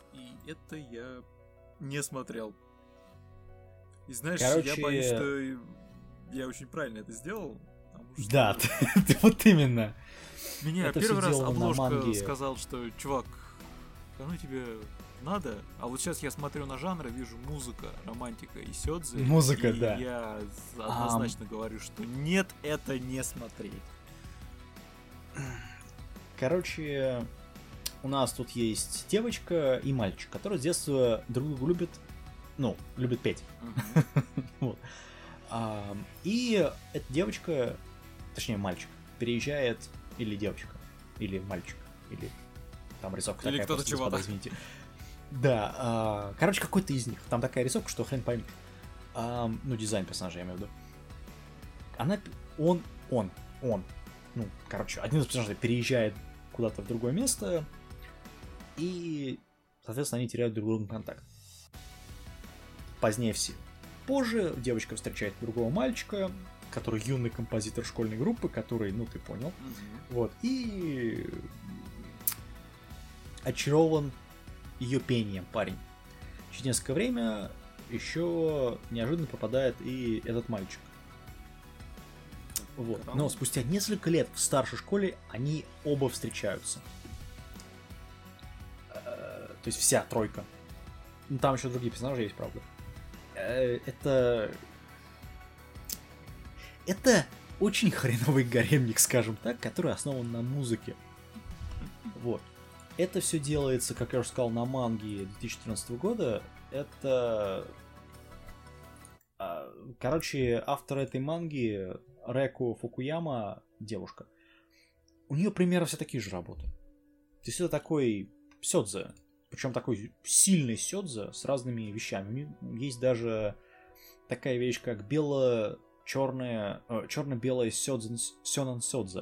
это я не смотрел. И знаешь, Короче, я боюсь, что я очень правильно это сделал. Потому что Да, ты вот именно. меня это первый всё раз сделано на обложка манге. сказал, что, чувак, оно тебе надо. А вот сейчас я смотрю на жанры, вижу музыка, романтика и сёдзе. Музыка, и да. я однозначно говорю, что нет, это не смотреть. Короче, у нас тут есть девочка и мальчик, которые с детства друг друга любят, любят петь. Вот. И эта девочка, точнее мальчик, переезжает, или девочка, или мальчик, или там рисовка Или такая, кто-то просто, господа, чего-то. извините. Да, короче, какой-то из них. Там такая рисовка, что хрен пойми. Дизайн персонажа, я имею в виду. Один из персонажей переезжает куда-то в другое место, и, соответственно, они теряют друг с другом контакт. Позже девочка встречает другого мальчика, который юный композитор школьной группы, который, ты понял, вот, и очарован ее пением парень. Через несколько время еще неожиданно пропадает и этот мальчик. Вот. Но спустя несколько лет в старшей школе они оба встречаются. То есть вся тройка. Там еще другие персонажи есть, правда. Это очень хреновый гаремник, скажем так, который основан на музыке. Вот. Это все делается, как я уже сказал, на манге 2014 года. Это... автор этой манги Реку Фукуяма, девушка. У нее примерно все такие же работы. То есть это такой сёдзе. Причем такой сильный сёдзе с разными вещами. У нее есть даже такая вещь, как черно-белое сёнэн сёдзе.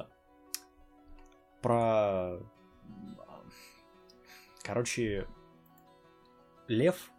Про... лев,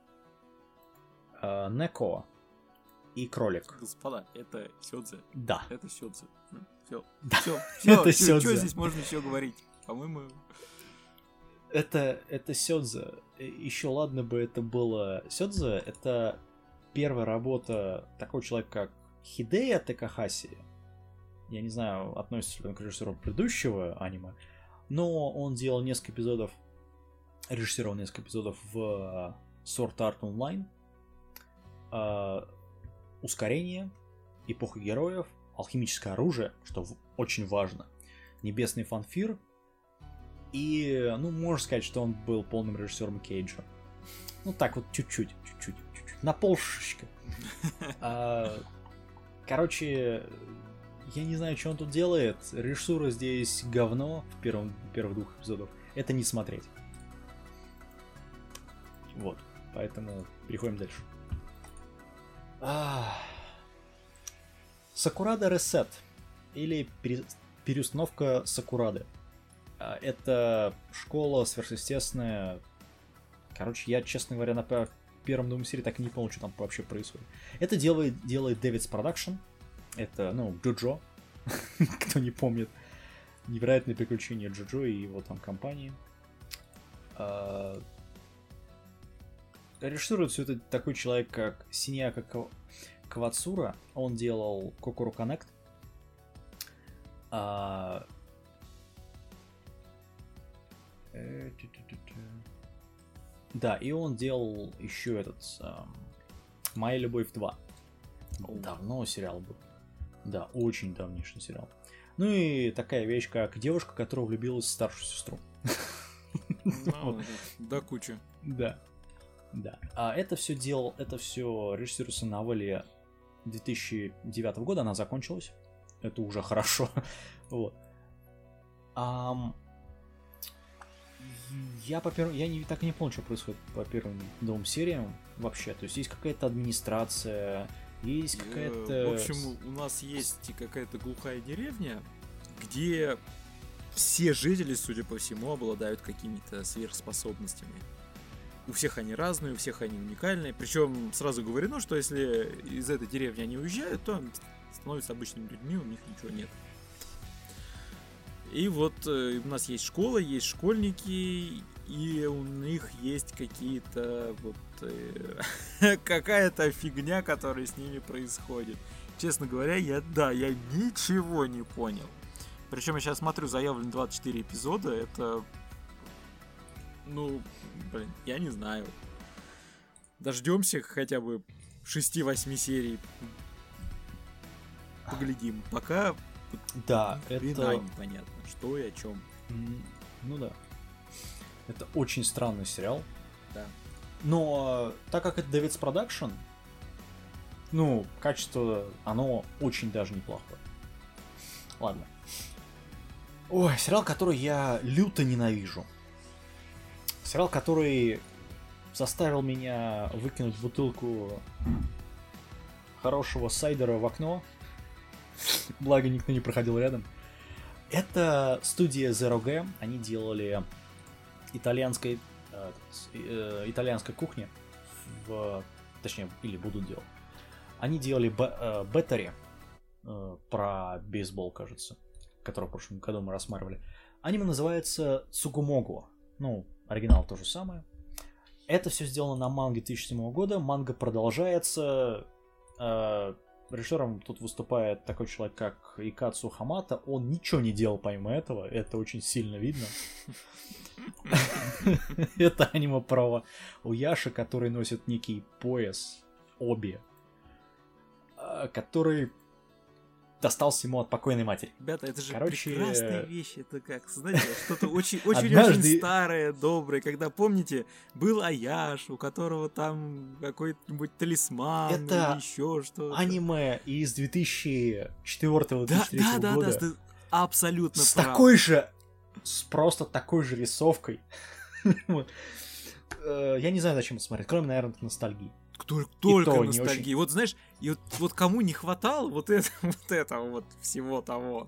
Неко и кролик. Господа, это сёдзе. Да. Это сёдзе. Все. Да. Все. Это Что сёдзе. здесь можно еще говорить? По-моему... Это сёдзе. Еще ладно бы это было сёдзе. Это первая работа такого человека, как Хидея Такахаси. Я не знаю, относится ли он к режиссеру предыдущего аниме, но он делал несколько эпизодов, режиссировал несколько эпизодов в Sword Art Online, Ускорение, Эпоха героев, Алхимическое оружие, что очень важно, Небесный фанфир, и, можно сказать, что он был полным режиссером Кейджа. Так вот, чуть-чуть, на полшечка. Я не знаю, что он тут делает. Режиссура здесь говно в первых двух эпизодах. Это не смотреть. Вот, поэтому переходим дальше. Сакурада Reset, или переустановка Сакурады. Это школа сверхъестественная. Я, честно говоря, на первом двум серии так и не понял, что там вообще происходит. Это делает Дэвидс Продакшн. Это, Джоджо. Кто не помнит. Невероятные приключения Джоджо и его там компании. Режиссирует все это такой человек, как Синьяка Кавацура. Он делал Kokoro Connect. Да, и он делал еще «Моя любовь 2». Давно сериал был. Да, очень давнишний сериал. И такая вещь, как девушка, которая влюбилась в старшую сестру. Да, куча. Да. А это все режиссируется на новелле 2009 года, она закончилась. Это уже хорошо. Вот. Я так и не понял, что происходит по первым двум сериям вообще. То есть есть какая-то администрация, есть какая-то... В общем, у нас есть какая-то глухая деревня, где все жители, судя по всему, обладают какими-то сверхспособностями. У всех они разные, у всех они уникальные. Причем сразу говорено, что если из этой деревни они уезжают, то становятся обычными людьми, у них ничего нет. И вот у нас есть школа, есть школьники, и у них есть какие-то вот какая-то фигня, которая с ними происходит. Честно говоря, я ничего не понял. Причем я сейчас смотрю, заявлено 24 эпизода, это... Ну, блин, я не знаю. Дождемся хотя бы 6-8 серий. Поглядим. Пока... Да, это непонятно, что и о чем. Ну да. Это очень странный сериал. Да. Но так как это David's Production, ну, качество, оно очень даже неплохое. Ладно. Ой, сериал, который я люто ненавижу. Сериал, который заставил меня выкинуть бутылку хорошего сайдера в окно. Благо, никто не проходил рядом. Это студия Zero G. Они делали итальянской кухни. Точнее, или будут делать. Они делали Беттери про бейсбол, кажется, который в прошлом году мы рассматривали. Аниме называется Цугумогу. Ну, оригинал то же самое. Это все сделано на манге 2007 года. Манга продолжается. Режиссером тут выступает такой человек, как Икацу Хамата. Он ничего не делал помимо этого. Это очень сильно видно. Это аниме про Уяши, который носит некий пояс Оби, который достался ему от покойной матери. Ребята, это же Короче, прекрасная вещь. Это как, знаете, что-то очень старое, доброе. Когда, помните, был Аяш, у которого там какой-нибудь талисман или еще что-то. Аниме из 2004-2003 года. Да, абсолютно с прав. Такой же, с просто такой же рисовкой. Я не знаю, зачем это смотреть, кроме, наверное, ностальгии. Только ностальгии. Вот знаешь, и вот кому не хватало вот этого всего того.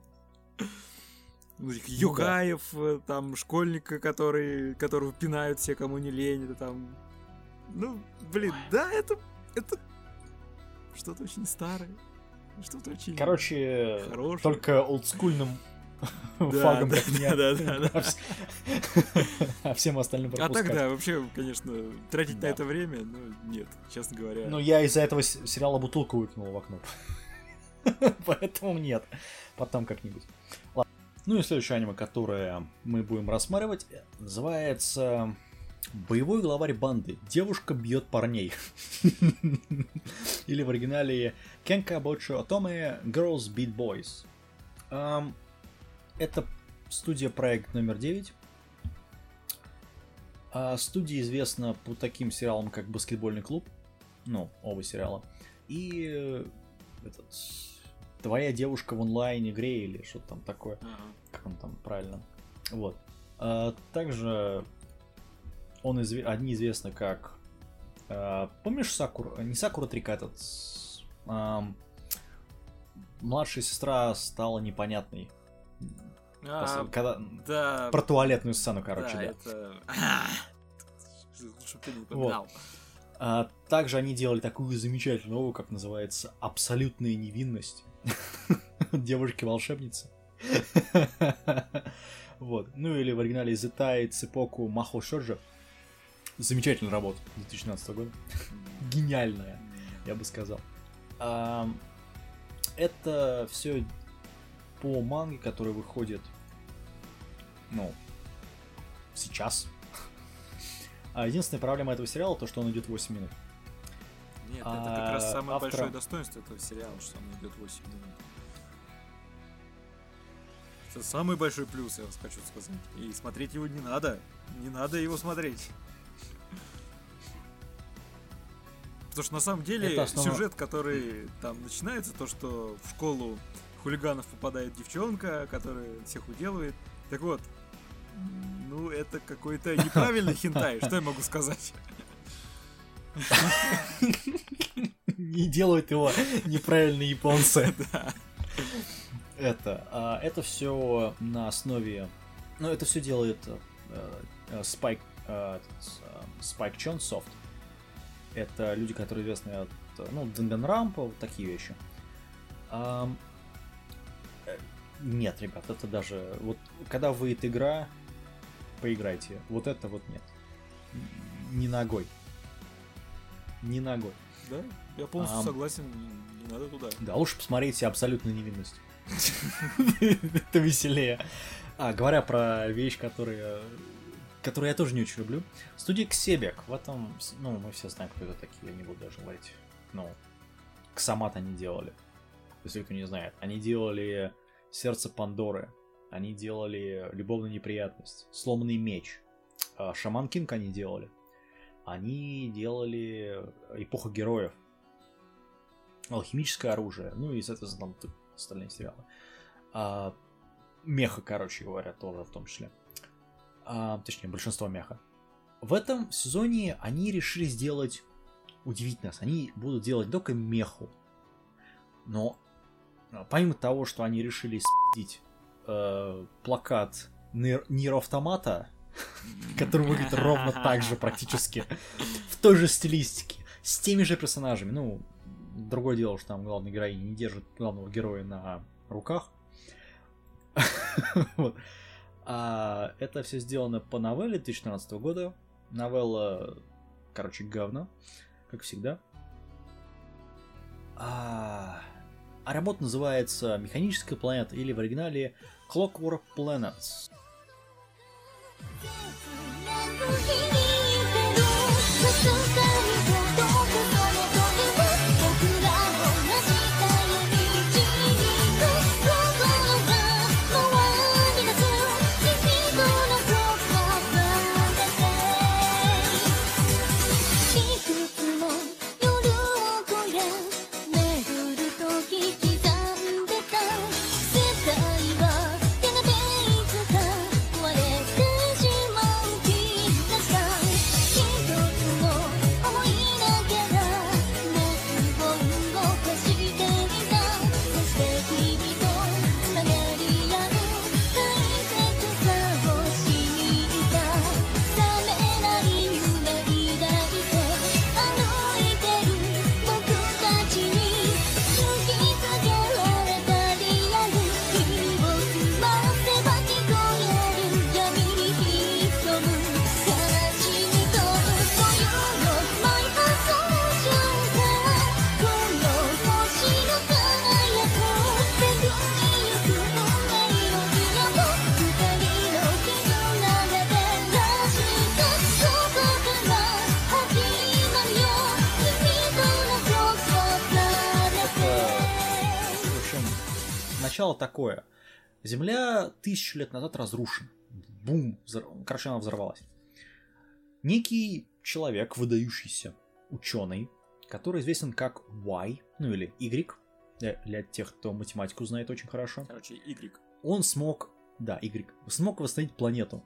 Югаев, там, школьника, которого пинают все, кому не лень, это там... Ну, блин, да, это что-то очень старое, что-то очень хорошее. Только олдскульным фагом, как мне. Да. А всем остальным пропускать. А тогда вообще, конечно, тратить на это время, ну, нет, честно говоря. Ну, я из-за этого сериала бутылку выкинул в окно. Поэтому нет. Потом как-нибудь. Ладно. Ну и следующее аниме, которое мы будем рассматривать, называется «Боевой главарь банды. Девушка бьет парней». Или в оригинале «Кенка Бочо Отоме. Girls Beat Boys». Это студия проект номер 9. Студия известна по таким сериалам, как «Баскетбольный клуб». Ну, оба сериала. И «Твоя девушка в онлайн-игре» или что-то там такое. Как он там правильно. Вот. Также они известны как... Помнишь Сакура? Не Сакура Трика, этот... Младшая сестра стала непонятной. Да. Про туалетную сцену, короче, да. Это... Чтоб ты не напоминал. Также они делали такую замечательную новую, как называется «Абсолютная невинность». Девушки-волшебницы. Вот. Ну или в оригинале «Зетай Цепоку Махо Шоджо». Замечательная работа 2012 года. Гениальная, я бы сказал. Это все по манге, который выходит, ну, сейчас. Единственная проблема этого сериала то, что он идет 8 минут. Нет, это как раз самое большое достоинство этого сериала, что он идет 8 минут. Это самый большой плюс, я вам хочу сказать. И смотреть его не надо. Не надо его смотреть. Потому что на самом деле сюжет, который там начинается, то, что в школу хулиганов попадает девчонка, которая всех уделывает. Так вот, ну это какой-то неправильный хентай, что я могу сказать? Не делают его неправильные японцы. Это все на основе... Ну, это все делает Spike Chunsoft. Это люди, которые известны от, ну, Danganronpa, вот такие вещи. Нет, ребят, это даже... Вот, когда выйдет игра, поиграйте. Вот это вот нет. Не ногой. Не ногой. Да? Я полностью согласен, не надо туда. Да, лучше посмотрите «Абсолютную невинность». Это веселее. Говоря про вещь, которую я тоже не очень люблю. Студия Ксебек. В этом, мы все знаем, кто это такие, я не буду даже говорить. Ксамат они делали. Если кто не знает. Они делали «Сердце Пандоры». Они делали «Любовную неприятность», «Сломанный меч». «Шаман Кинг» они делали. Они делали «Эпоха героев». «Алхимическое оружие». И, соответственно, там остальные сериалы. Меха, короче говоря, тоже в том числе. Точнее, большинство меха. В этом сезоне они решили сделать удивительно. Они будут делать не только меху, но помимо того, что они решили спиздить плакат Нир Автомата, который выглядит ровно так же практически, в той же стилистике, с теми же персонажами. Другое дело, что там главная героиня не держит главного героя на руках. Это все сделано по новелле 2014 года. Новелла, говно, как всегда. Работа называется «Механическая планета» или в оригинале Clockwork Planets. Начало такое. Земля 1000 лет назад разрушена. Бум! Она взорвалась. Некий человек, выдающийся ученый, который известен как Y, или Y, для тех, кто математику знает очень хорошо. Y. Он смог восстановить планету.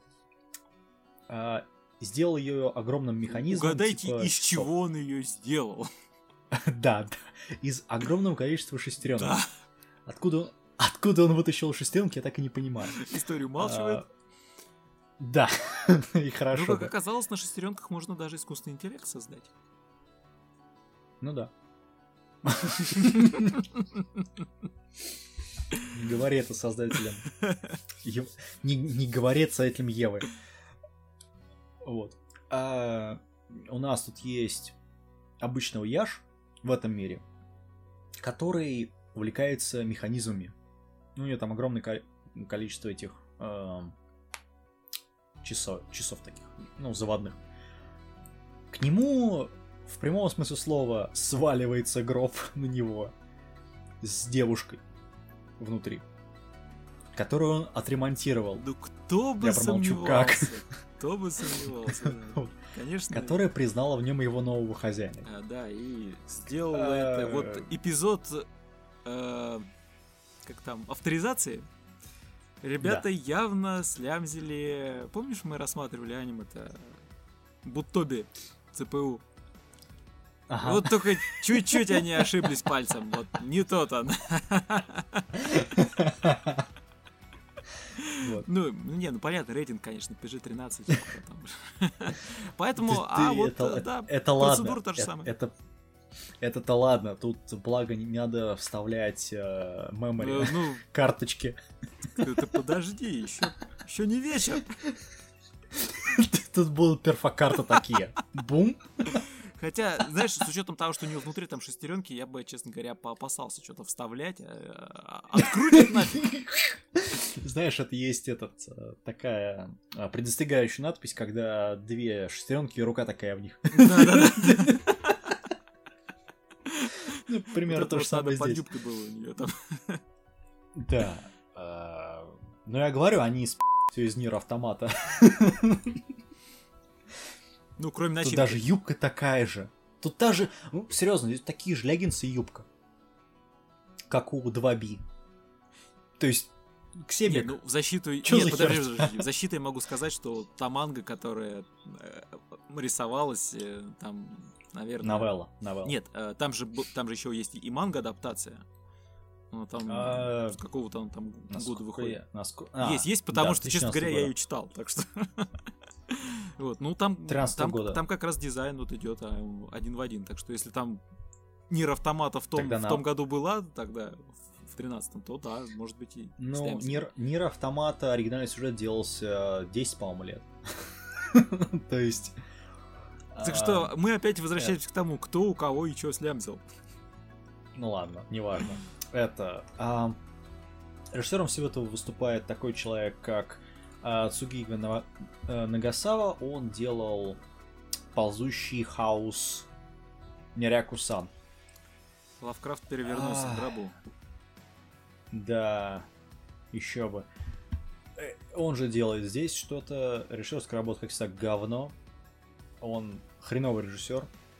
Сделал ее огромным механизмом. Угадайте, из чего он ее сделал? Да, из огромного количества шестеренок. Да. Откуда он вытащил шестеренки, я так и не понимаю. Историю умалчивает. Да, и хорошо. Как оказалось, на шестеренках можно даже искусственный интеллект создать. Да. Не говори это создателям. Не говори это создателям Евы. Вот. У нас тут есть обычного Яш в этом мире, который увлекается механизмами. У нее там огромное количество этих часов таких, заводных. К нему, в прямом смысле слова, сваливается гроб на него с девушкой внутри, которую он отремонтировал. Кто бы сомневался? Кто бы сомневался? Конечно. Которая признала в нем его нового хозяина. Да, и сделала это. Вот эпизод авторизации. Ребята явно слямзили. Помнишь, мы рассматривали аниме-то Бутоби ЦПУ? Ага. Вот только чуть-чуть они ошиблись пальцем. Вот не тот он. Вот. Понятно, рейтинг, конечно, PG-13. Поэтому, это процедура та же самая. Это-то ладно, тут благо не надо вставлять memory, карточки. Это подожди, еще не вечер. тут будут перфокарты такие. Бум. Хотя, знаешь, с учетом того, что у него внутри там шестеренки, я бы, честно говоря, поопасался что-то вставлять. Открутить нафиг. Знаешь, это есть такая предостерегающая надпись, когда две шестеренки и рука такая в них. Да-да-да. Ну, примерно то же самое под здесь. юбкой было у нее там. Да. Но я говорю, они все из Нир Автомата. Ну, кроме Тут начинки. даже юбка такая же. Тут даже, ну, серьезно, здесь такие же леггинсы и юбка. Как у 2B. То есть, к себе. Нет, ну, в защиту... Чё Нет, за подожди, хер? подожди. В защиту я могу сказать, что та манга, которая рисовалась, там, наверное... Новелла. Нет, там же еще есть и манга-адаптация. Ну, там с какого-то там года выходит. Есть, потому что, честно говоря, я ее читал, так что... Вот, ну там как раз дизайн вот идет один в один, так что если там Нир Автомата в том году была, тогда в 13-м, то да, может быть и ну, Нир Автомата оригинальный сюжет делался 10, по-моему, лет. То есть... Так что мы опять возвращаемся к тому, кто у кого и что слямзил. Ну ладно, неважно. Режиссером всего этого выступает такой человек, как Цугига Нагасава. Он делал ползущий хаос Няряку-сан. Лавкрафт перевернулся в гробу. Да, еще бы. Он же делает здесь что-то. Режиссерская работа, как всегда, говно. Он хреновый режиссер.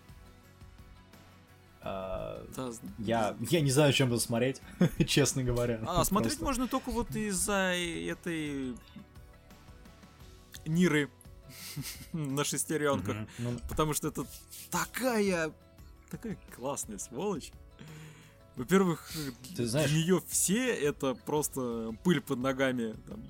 Я не знаю, чем это смотреть, честно говоря. Смотреть можно только вот из-за этой Ниры на шестеренках. Потому что это такая классная сволочь. Во-первых, для нее все это просто пыль под ногами. Там.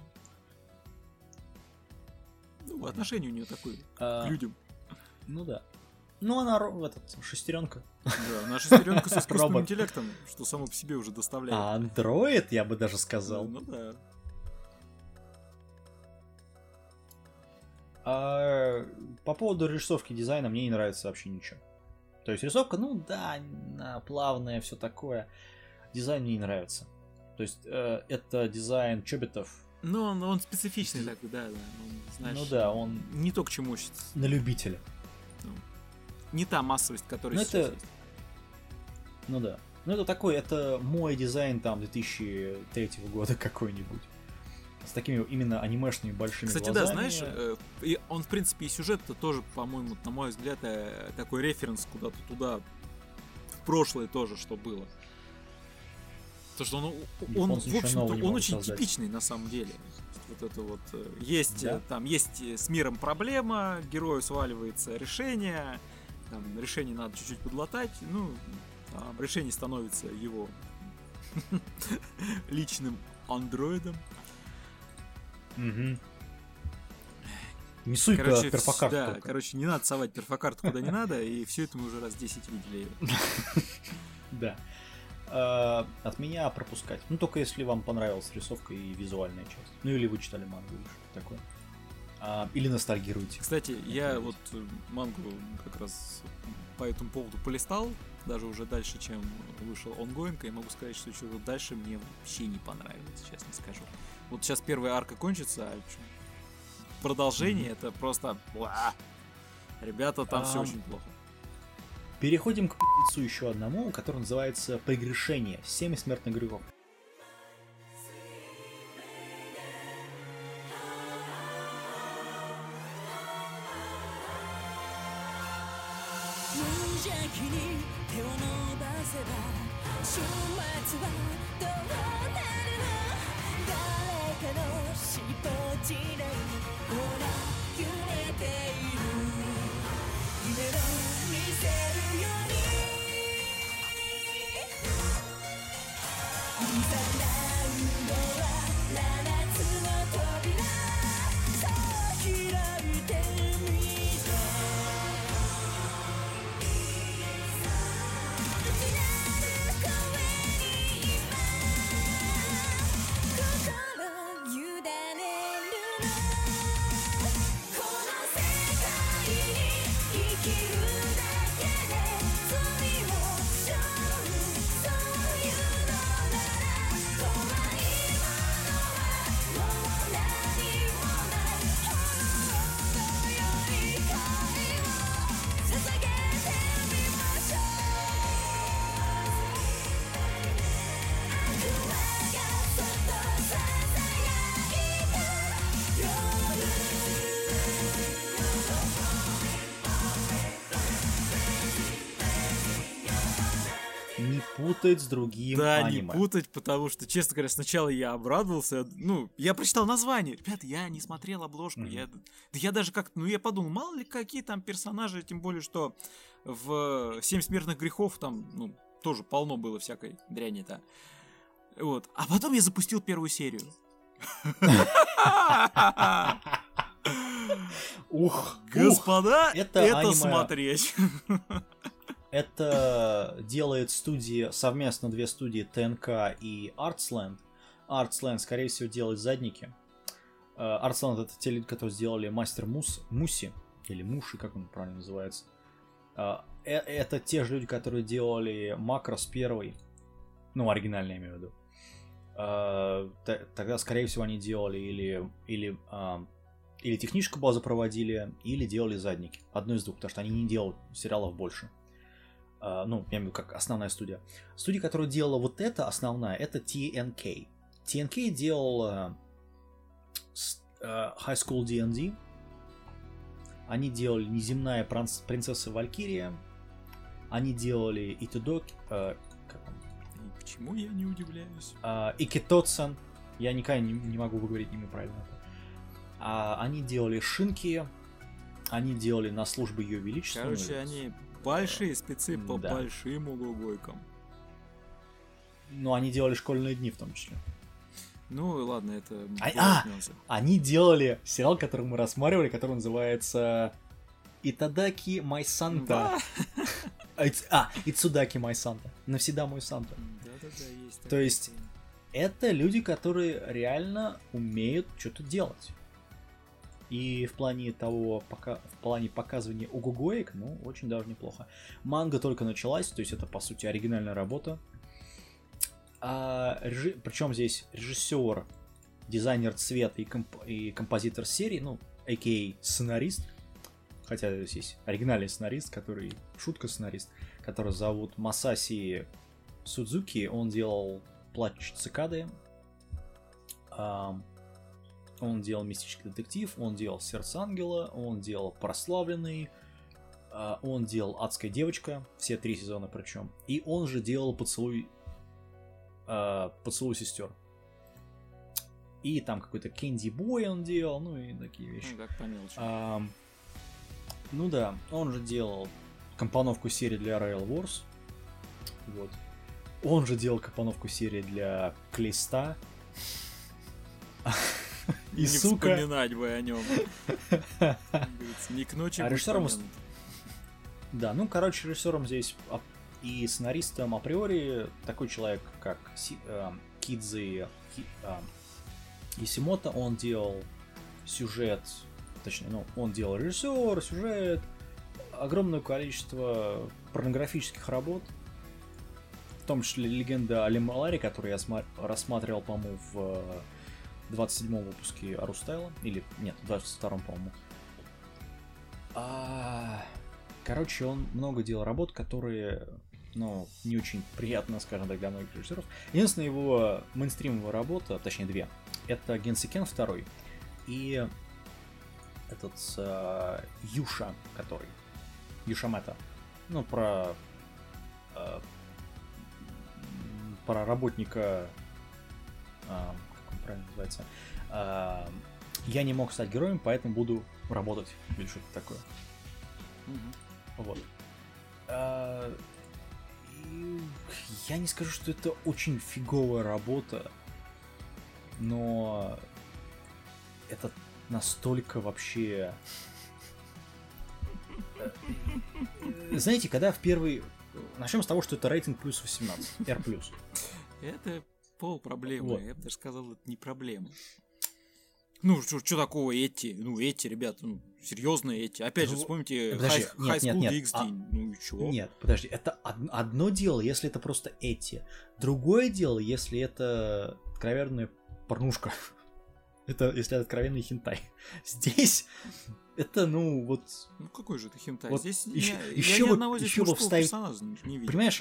Ну, отношение у нее такое к людям. Ну да. Ну, она шестеренка. Да, она шестеренка с искусственным интеллектом, что само по себе уже доставляет. А андроид, я бы даже сказал. Ну да. По поводу рисовки дизайна мне не нравится вообще ничего. То есть рисовка, ну да, плавная, все такое. Дизайн мне не нравится. То есть это дизайн чобитов. Ну, он специфичный такой, да. Он, знаешь, ну да, он... Не то, к чему учится. На любителя. Не та массовость, которая сейчас есть. Ну да. Ну это такой, это мой дизайн там 2003 года какой-нибудь. С такими именно анимешными большими глазами. Кстати, да, знаешь, он, в принципе, и сюжет-то тоже, по-моему, на мой взгляд, такой референс куда-то туда, в прошлое тоже, что было. Потому что он в общем-то, он очень типичный на самом деле. Вот это вот есть, да? Там есть с миром проблема, герою сваливается решение, там, решение надо чуть-чуть подлатать, ну, решение становится его личным андроидом. Угу. Не суй перфокарту. Да, короче, не надо совать перфокарту куда не надо, и все это мы уже раз 10 видели. Да. От меня пропускать. Ну, только если вам понравилась рисовка и визуальная часть. Ну, или вы читали мангу, или что-то такое. Или ностальгируете. Кстати, я вот мангу как раз по этому поводу полистал, даже уже дальше, чем вышел онгоинг, и могу сказать, что что-то дальше мне вообще не понравилось, честно скажу. Вот сейчас первая арка кончится, а продолжение это просто... Ребята, там все очень плохо. Переходим к пи***цу еще одному, который называется «Прегрешение. 7 смертных грехов». путать с другим Да, аниме. не путать, потому что, честно говоря, сначала я обрадовался. Ну, я прочитал название. Ребята, я не смотрел обложку. Я даже как-то, я подумал, мало ли какие там персонажи, тем более, что в «Семь смертных грехов» там, тоже полно было всякой дряни-то. Вот. А потом я запустил первую серию. Господа, это аниме. Смотреть. Это делает совместно две студии ТНК и Artsland. Artsland, скорее всего, делает задники. Artsland — это те люди, которые сделали Мастер Муси, или Муши, как он правильно называется. Это те же люди, которые делали Макрос 1. Оригинальный, я имею в виду. Тогда, скорее всего, они делали или техническую базу проводили, или делали задники. Одно из двух, потому что они не делают сериалов больше. Я имею в виду, как основная студия. Студия, которая делала вот это, основная, это TNK. TNK делал High School D&D. Они делали Неземная принцесса Валькирия. Они делали Итудоки. Почему я не удивляюсь? Икитоцен. Я никогда не могу выговорить имя правильно. Они делали Шинки. Они делали На службе Ее Величества. Короче, они большие спецы по большим угугойкам. Они делали Школьные дни в том числе. Ну, ладно, это... Они делали сериал, который мы рассматривали, который называется Итадаки Май Санта. Ицудаки Май Санта. Навсегда мой Санта. Да-да-да, есть. То есть, это люди, которые реально умеют что-то делать. И в плане показывания угугоек, очень даже неплохо. Манга только началась, то есть это, по сути, оригинальная работа. Причем здесь режиссер, дизайнер цвета и композитор серии, а.к.а. сценарист. Хотя здесь есть оригинальный сценарист, шутка-сценарист, который зовут Масаси Судзуки. Он делал «Плач цикады», он делал «Мистический детектив», он делал «Сердце ангела», он делал «Прославленный», он делал «Адская девочка», все 3 сезона причем. И он же делал «Поцелуй сестер». И там какой-то Кэнди Бой он делал, и такие вещи. Как по мелочи. Да, он же делал компоновку серии для Rail Wars. Вот. Он же делал компоновку серии для Клейста. И, не вспоминать бы о нем. Не к ночи режиссером... Да, режиссером здесь и сценаристом априори такой человек, как Кидзи Исимото. Он делал сюжет, точнее, он делал режиссер, сюжет, огромное количество порнографических работ, в том числе «Легенда о Лемаларе», которую я рассматривал, по-моему, в 27-м выпуске Арустайла, или, нет, в 22-м, по-моему. Короче, он много делал работ, которые, не очень приятно, скажем так, для многих режиссеров. Единственная его мейнстримовая работа, точнее 2, это Генсикен 2 и этот Юша, который Юшамета, про работника, как он правильно называется, я не мог стать героем, поэтому буду работать, или что-то такое. Вот. Я не скажу, что это очень фиговая работа, но это настолько вообще... Знаете, когда в первый... Начнем с того, что это рейтинг плюс 18, R+. Это полпроблемы, Вот. я бы даже сказал, это не проблема. Что такого эти? Эти, ребят, серьезные эти. Опять же, вспомните подожди, High School нет. DxD. И чего? Нет, подожди, это одно дело, если это просто эти. Другое дело, если это откровенная порнушка. Это если это откровенный хентай. Здесь это, какой же это хентай? Вот Здесь еще я ни одного здесь бы мужского вставить... персонажа не видел. Понимаешь,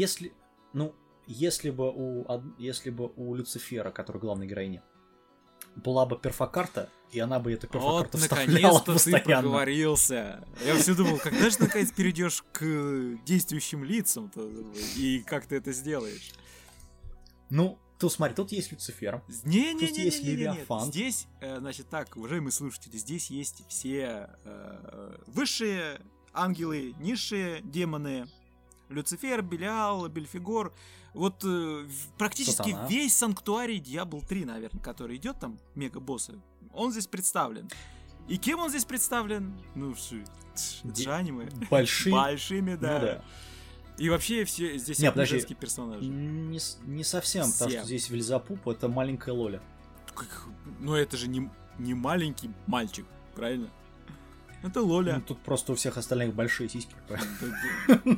если бы у Люцифера, который главной героини, была бы перфокарта, и она бы эту Вот, перфокарту вставляла наконец-то ты постоянно. проговорился. Я все думал, когда же наконец перейдешь к действующим лицам-то, и как ты это сделаешь? Ну, тут смотри, тут есть Люцифер. Тут есть Не-не-не-не-не-не. Левиафан. Здесь, значит так, уважаемые слушатели, здесь есть все высшие ангелы, низшие демоны. Люцифер, Белиал, Бельфигор. Вот практически Сатана. весь санктуарий Diablo 3, наверное, который идет там, мега-боссы, он здесь представлен. И кем он здесь представлен? Ну, это же аниме. Большими, да. Ну да. И вообще все здесь Не, подожди. женские персонажи. Не совсем, потому Все. что здесь Вельзапуп — это маленькая Лоля. Но это же не маленький мальчик, правильно? Это Лоля. Ну, тут просто у всех остальных большие сиськи. Да-да.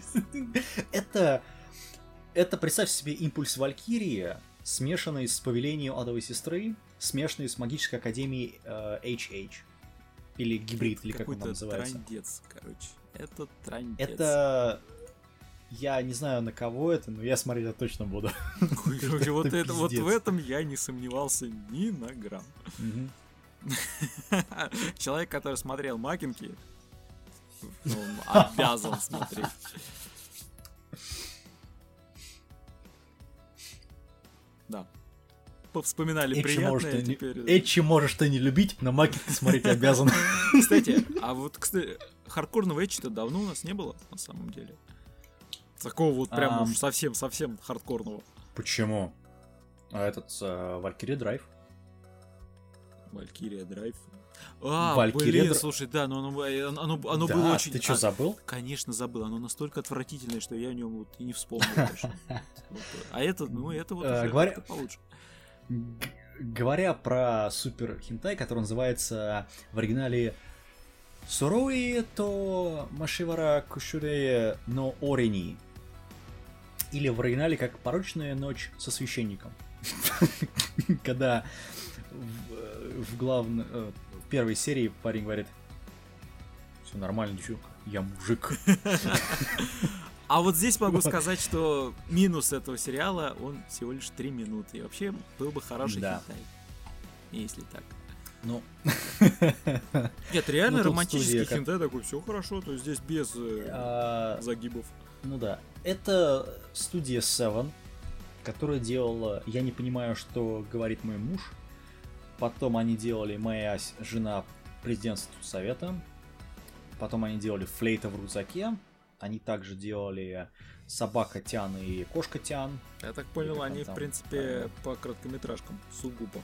Это, представь себе, импульс Валькирии, смешанный с повелением Адовой Сестры, смешанный с магической академией HH. Или гибрид, или как он там называется. Трындец, короче. Это трындец. Это... Я не знаю, на кого это, но я смотреть это точно буду. Вот Это вот пиздец. в этом я не сомневался ни на грамм. Мгм. Человек, который смотрел Макинки, он обязан смотреть. Да. Повспоминали приятное теперь. Эчи можешь ты не любить, но Маки ты смотреть обязан. Кстати, хардкорного Эчи-то давно у нас не было, на самом деле. Такого вот прям уж совсем хардкорного. Почему? А этот Valkyrie Drive. Valkyria Drive. Valkyria Блин, Drive. слушай, да, но оно Да, было очень... ты что, забыл? Конечно, забыл. Оно настолько отвратительное, что я о нем вот и не вспомнил даже. А это, это вот уже говоря- как-то получше. Говоря про супер хентай, который называется в оригинале Сурои то Машивара Кушуре но Орини. Или в оригинале как Порочная ночь со священником. Когда в первой серии парень говорит: все нормально, девчонка, я мужик. А вот здесь могу сказать, что минус этого сериала, он всего лишь 3 минуты. И вообще был бы хороший Да. хентай. Если так. Ну, Нет, реально Ну, тут романтический студия как- хентай такой, все хорошо, то есть здесь без загибов. ну да. Это студия Seven, которая делала «Я не понимаю, что говорит мой муж». Потом они делали «Моя жена президентству совета». Потом они делали «Флейта в рюкзаке». Они также делали «Собака Тян» и «Кошка Тян». Я так понял, Или как они, он в там, принципе, по короткометражкам сугубо.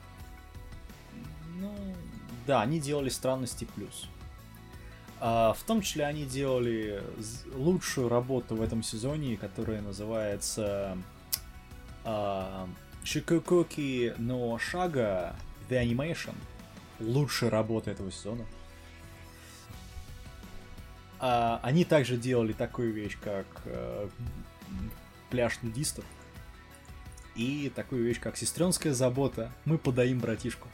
Ну, да, они делали «Странности плюс». В том числе они делали лучшую работу в этом сезоне, которая называется Shikokoki no Shaga The Animation. Лучшая работа этого сезона. Они также делали такую вещь, как пляж нудистов. И такую вещь, как сестренская забота. Мы подаим братишку.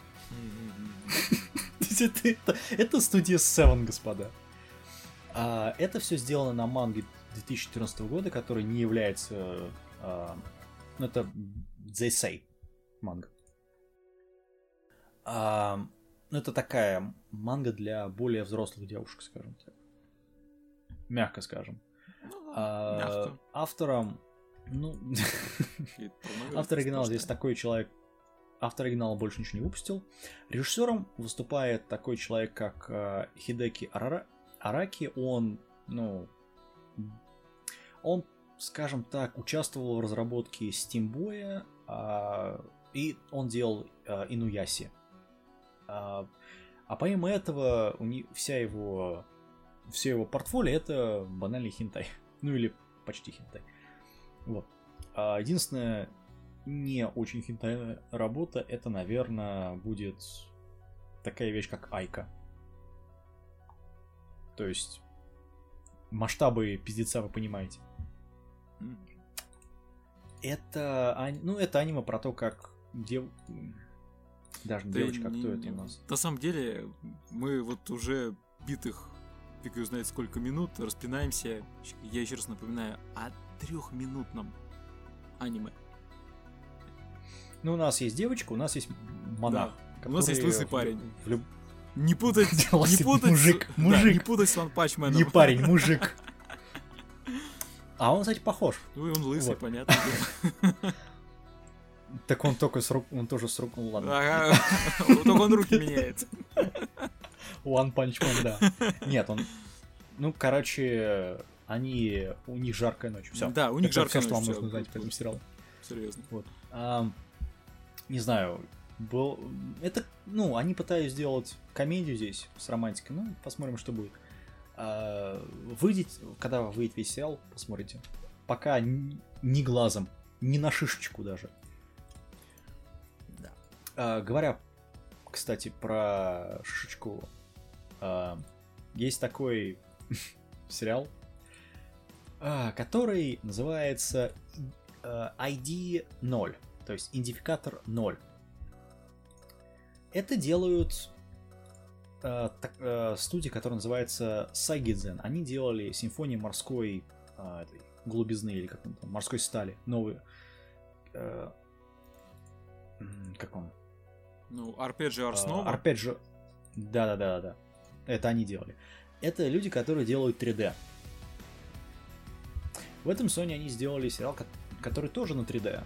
Это студия Seven, господа. Это все сделано на манге 2014 года, который не является... Ну, это Зейсей манга. Ну, это такая манга для более взрослых девушек, скажем так. Мягко скажем. Мягко. Автором... Ну... Автор оригинала здесь такой человек... Автор оригинала больше ничего не выпустил. Режиссером выступает такой человек, как Хидеки Араки. Он, скажем так, участвовал в разработке Steamboy, и он делал Инуяси. А помимо этого, все его портфолио — это банальный хентай. Ну или почти хентай. Вот. Единственное, не очень хентайная работа, это, наверное, будет такая вещь, как Айка. То есть масштабы пиздеца вы понимаете. Это аниме про то, как даже девочка, кто это у нас? На самом деле, мы вот уже битых, фиг его знает сколько минут, распинаемся. Я еще раз напоминаю о 3-минутном аниме. Ну, у нас есть девочка, у нас есть монах. У нас есть который лысый парень. в люб- Не путать, Делался не путать, мужик, да, мужик. не путать с Ван Панчменом. Не парень, мужик. А он, кстати, похож. Ну и он лысый, Вот. понятно. Так он только с рук, он тоже с рук, ну ладно. Ага. Только он руки меняет. One Punch Man, да. Нет, он, ну, короче, у них жаркая ночь. Все. Да, у них жаркая Все, что вам ночь, нужно всё. знать по этому сериалу. Серьезно. Вот. Не знаю, это, ну, они пытаются сделать комедию здесь с романтикой. Ну, посмотрим, что будет. Когда выйдет весь сериал, посмотрите. Пока ни глазом, ни на шишечку даже. Да. Говоря, кстати, про шишечку, есть такой сериал, который называется ID 0, то есть идентификатор 0. Это делают студия, которая называется Сагидзен. Они делали симфонию морской этой голубизны или как он там, морской стали, новые. Как он? Ну, Арпеджио Арснова. Арпеджио. Да. Это они делали. Это люди, которые делают 3D. В этом сезоне они сделали сериал, который тоже на 3D.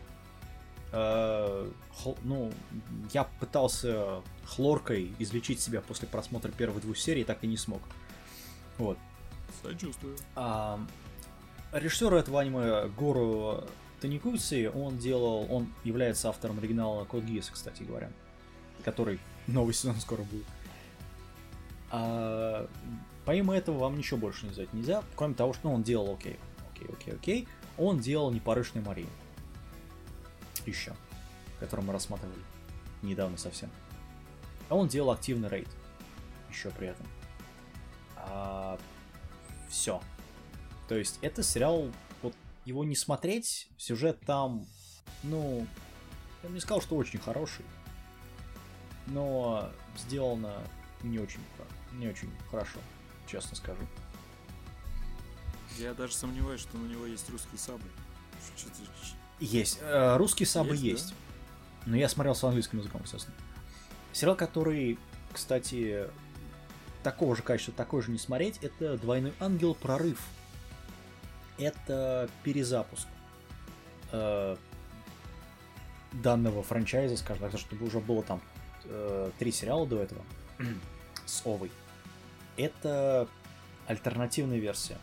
Ну, я пытался хлоркой излечить себя после просмотра первых 2 серий, так и не смог. Вот. Сочувствую. Режиссер этого аниме Гору Таникуси, он является автором оригинала Код Гиас, кстати говоря, который новый сезон скоро будет. Помимо этого вам ничего больше не знать нельзя, кроме того, что он делал окей. Он делал Непорочную Марию. Еще. Который мы рассматривали недавно совсем. А он делал Активный рейд. Еще при этом. Все. То есть это сериал, вот его не смотреть, сюжет там, ну, я бы не сказал, что очень хороший, но сделано не очень хорошо, честно скажу. Я даже сомневаюсь, что на него есть русские сабы. Есть. Русские сабы есть. Да? Но я смотрел с английским языком, естественно. Сериал, который, кстати, такого же качества, такой же не смотреть, это «Двойной ангел. Прорыв». Это перезапуск данного франчайза, скажем так, чтобы уже было там 3 сериала до этого с Овой. Это альтернативная версия.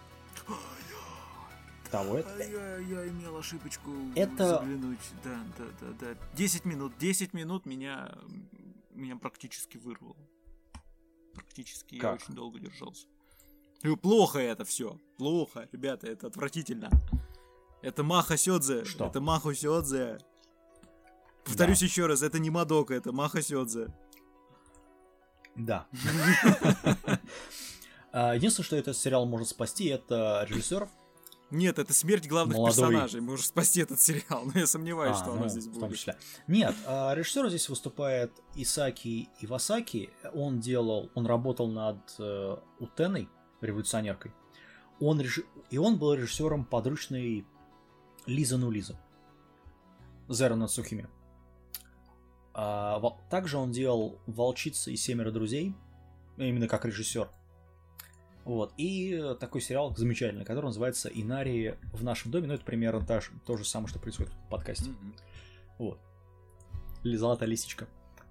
Того, Я имел ошибочку Это- заглянуть. Да. 10 минут меня практически вырвало. Практически. Я Как? очень долго держался. Плохо это все. Плохо, ребята, это отвратительно. Это Маха Сёдзе. Что? Это Маха Сёдзе. Повторюсь еще раз, это не Мадока, это Маха Сёдзе. Да. Единственное, что этот сериал может спасти, это режиссер. Нет, это смерть главных Молодой. персонажей. Можешь спасти этот сериал, но я сомневаюсь, что Ну, оно здесь в том будет. числе. Нет, режиссер здесь выступает Исаки Ивасаки. Он работал над Утеной, революционеркой. И он был режиссером подручной Лиза Нулиза. Зеро Нацухиме. Также он делал «Волчица и 7 друзей», именно как режиссер. Вот. И такой сериал замечательный, который называется «Инари в нашем доме». Ну, это примерно то же самое, что происходит в подкасте. Мгм. Вот. Золотая лисичка.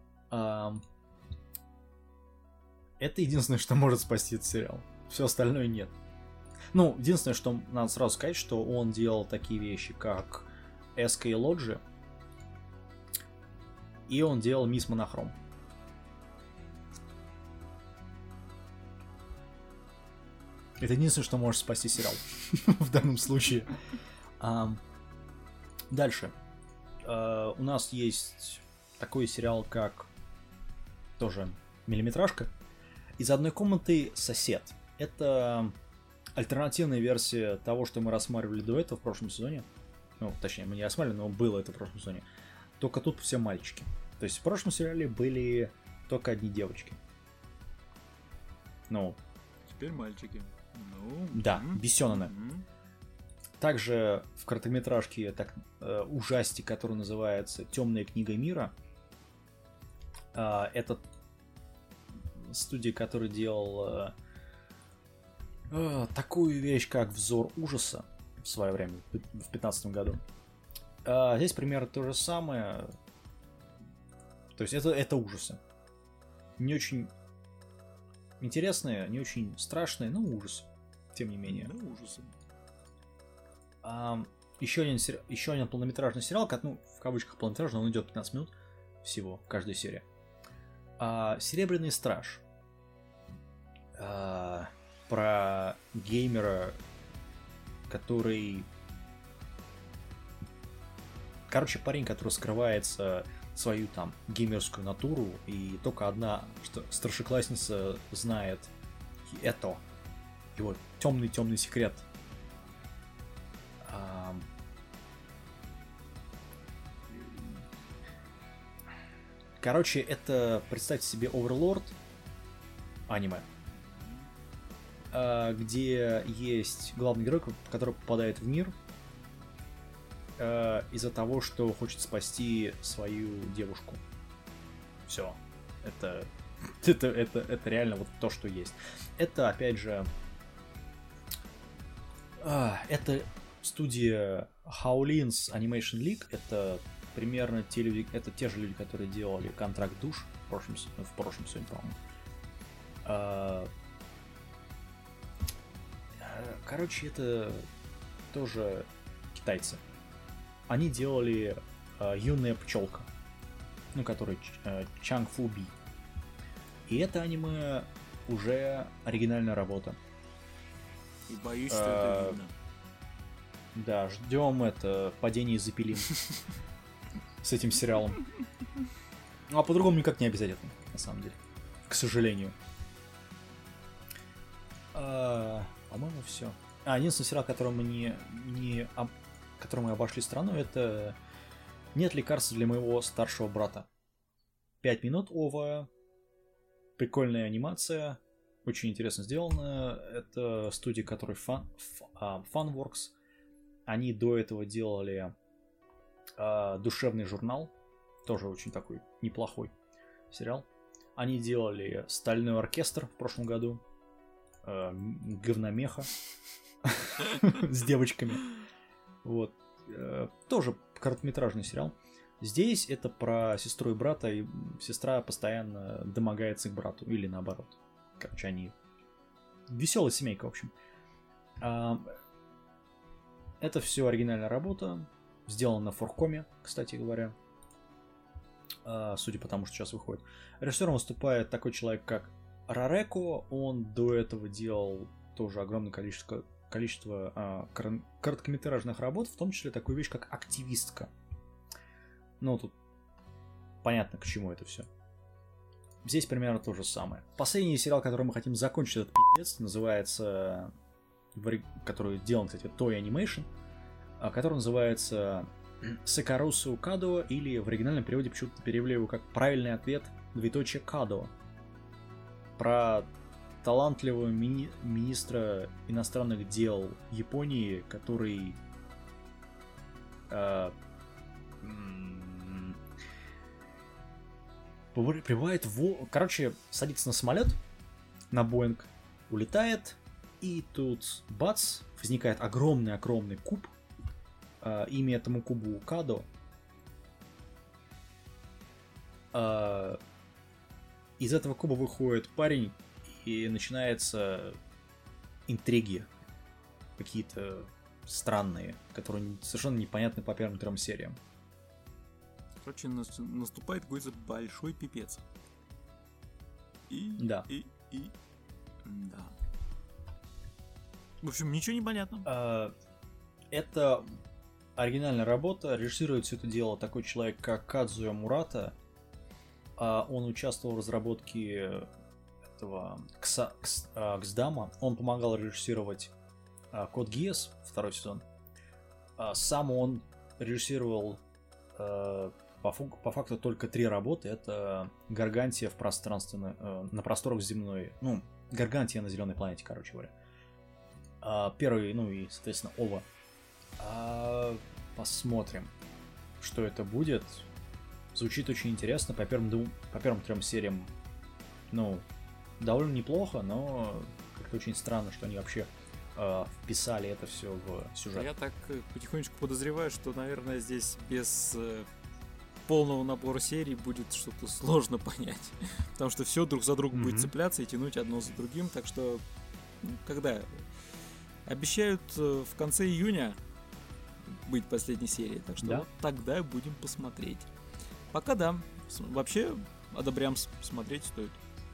Это единственное, что может спасти этот сериал. Все остальное нет. Ну, единственное, что надо сразу сказать, что он делал такие вещи, как SK Lodge, и он делал Мисс Монохром. Это единственное, что может спасти сериал в данном случае. Дальше. У нас есть такой сериал, как тоже миллиметражка. Из одной комнаты сосед. Это альтернативная версия того, что мы рассматривали до этого в прошлом сезоне. Ну, точнее, мы не рассматривали, но было это в прошлом сезоне. Только тут все мальчики. То есть в прошлом сериале были только одни девочки. Ну, Теперь мальчики. Ну, да, Бессёнены. Также в короткометражке ужастик, который называется «Темная книга мира». Это студия, которая делал такую вещь, как «Взор ужаса» в свое время, в 2015 году. Здесь примерно то же самое. То есть это ужасы. Не очень интересные, не очень страшные, но ужасы. Тем не менее. Ну, ужасы. Еще один полнометражный сериал, ну, в кавычках полнометражный, он идет 15 минут всего, каждая серия. «Серебряный страж». Про геймера, который... Короче, парень, который скрывается свою там геймерскую натуру, и только одна старшеклассница знает это. Его темный секрет. Короче, это, представьте себе, Overlord аниме, где есть главный герой, который попадает в мир из-за того, что хочет спасти свою девушку. Все. Это реально вот то, что есть. Это, опять же, это студия Howlins Animation League. Это примерно те же люди, которые делали «Контракт душ» в прошлом сезоне, по-моему. Короче, это тоже китайцы. Они делали «Юная пчелка», ну, который Чанг Фу Би. И это аниме уже оригинальная работа. И боюсь, что это видно. Да, ждем падение Запилим с этим сериалом. Ну, а по-другому никак не обязательно, на самом деле. К сожалению. По-моему, все. Единственный сериал, который мы обошли страну, это «Нет лекарств для моего старшего брата». 5 минут ова. Прикольная анимация. Очень интересно сделано. Это студия, которая Funworks. Они до этого делали «Душевный журнал». Тоже очень такой неплохой сериал. Они делали «Стальной оркестр» в прошлом году. Говномеха с девочками. Вот. Тоже короткометражный сериал. Здесь это про сестру и брата, и сестра постоянно домогается к брату, или наоборот. Короче, они веселая семейка, в общем. Это все оригинальная работа, сделана на Форкоме, кстати говоря. Судя по тому, что сейчас выходит. Режиссером выступает такой человек, как Рареко. Он до этого делал тоже огромное количество короткометражных работ, в том числе такую вещь, как «Активистка». Ну, тут понятно, к чему это все. Здесь примерно то же самое. Последний сериал, который мы хотим закончить, этот пиздец, называется... который сделан, кстати, Toei Animation, который называется Сакарусу Кадо, или в оригинальном переводе почему-то перевели его как «Правильный ответ, двоеточие Кадо». Про талантливого министра иностранных дел Японии, который прибывает короче, садится на самолет, на Боинг, улетает, и тут, бац, возникает огромный куб. Имя этому кубу Кадо. Из этого куба выходит парень, и начинаются интриги. Какие-то странные, которые совершенно непонятны по первым 3 сериям. Короче, наступает какой-то большой пипец. Да. Да. В общем, ничего не понятно. Это оригинальная работа. Режиссирует все это дело такой человек, как Кадзуя Мурата. Он участвовал в разработке этого Ксдама. Он помогал режиссировать Код Гиас, 2 сезон. Сам он режиссировал по факту только 3 работы. Это Гаргантия в пространстве на просторах земной. Ну, Гаргантия на зеленой планете, короче говоря. Первый, ну и, соответственно, Ова. Посмотрим, что это будет. Звучит очень интересно. По первым 3 сериям, ну, довольно неплохо, но как-то очень странно, что они вообще вписали это все в сюжет. Я так потихонечку подозреваю, что, наверное, здесь без полного набора серий будет что-то сложно понять. Потому что все друг за другом будет цепляться и тянуть одно за другим. Так что, когда? Обещают в конце июня быть последней серией. Так что вот тогда будем посмотреть. Пока да. Вообще, одобрям, смотреть стоит.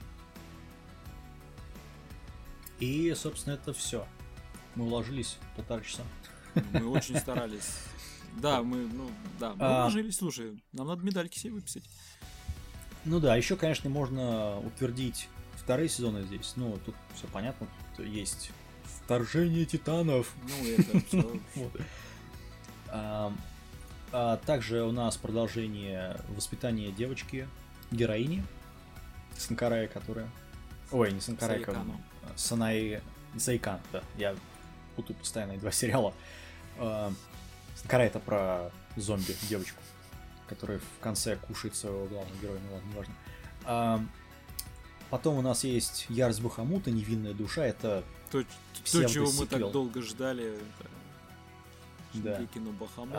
И, собственно, это все. Мы уложились 1,5 часа. Мы очень старались. Да, мы уложились, слушай, нам надо медальки себе выписать. Ну да, еще, конечно, можно утвердить вторые сезоны здесь. Ну, тут все понятно, тут есть вторжение титанов. Ну, это все. Также у нас продолжение воспитания девочки, героини, Санкарая, которая... Ой, не Санкарая, Санаи Сайкан, да, я путаю постоянно 2 сериала. Санкарая — это про зомби девочку, которая в конце кушает своего главного героя, ну ладно, неважно. Потом у нас есть Ярость Бахамута, Невинная душа, это то, чего мы так долго ждали. Да. Кино Бахамут.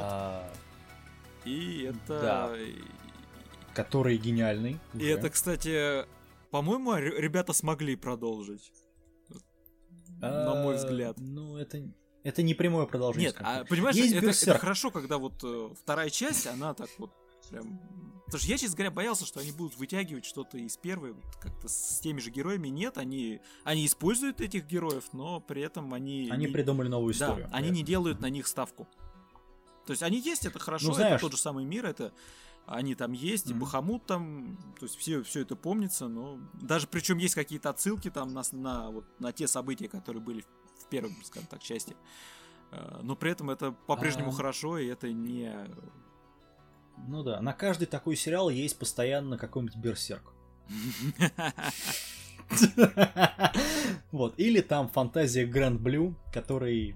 И это... Да. Который гениальный. И это, кстати, по-моему, ребята смогли продолжить. На мой взгляд. Ну, это не прямое продолжение. Нет, понимаешь, это хорошо, когда вот вторая часть, она так вот прям... Потому что я, честно говоря, боялся, что они будут вытягивать что-то из первой, вот как-то с теми же героями. Нет, они используют этих героев, но при этом они... Они придумали новую историю. Да, они не делают на них ставку. То есть они есть, это хорошо, ну, знаешь, это тот же самый мир, это... Они там есть, и Бахамут там, то есть все это помнится, но даже причем есть какие-то отсылки там на те события, которые были в первой, скажем так, части. Но при этом это по-прежнему хорошо, и это не... Ну да, на каждый такой сериал есть постоянно какой-нибудь берсерк. Вот, или там фантазия Grand Blue, который...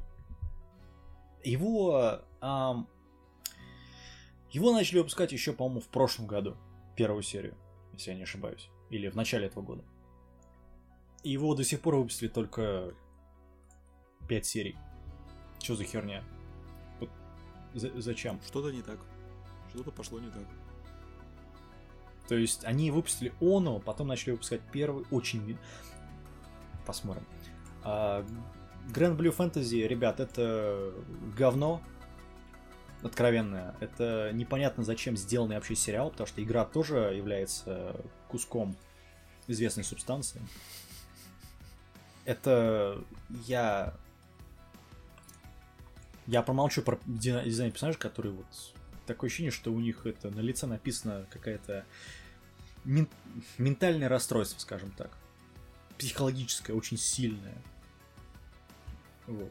Его начали выпускать еще, по-моему, в прошлом году. Первую серию, если я не ошибаюсь. Или в начале этого года. И его до сих пор выпустили только 5 серий. Что за херня? Вот зачем? Что-то не так. Что-то пошло не так. То есть они выпустили Оно, потом начали выпускать первый. Очень... Посмотрим. Grand Blue Fantasy, ребят, это говно. Откровенная. Это непонятно, зачем сделанный вообще сериал, потому что игра тоже является куском известной субстанции. Это... Я промолчу про дизайн персонажей, которые вот... Такое ощущение, что у них это на лице написано какая-то ментальное расстройство, скажем так. Психологическое, очень сильное. Вот.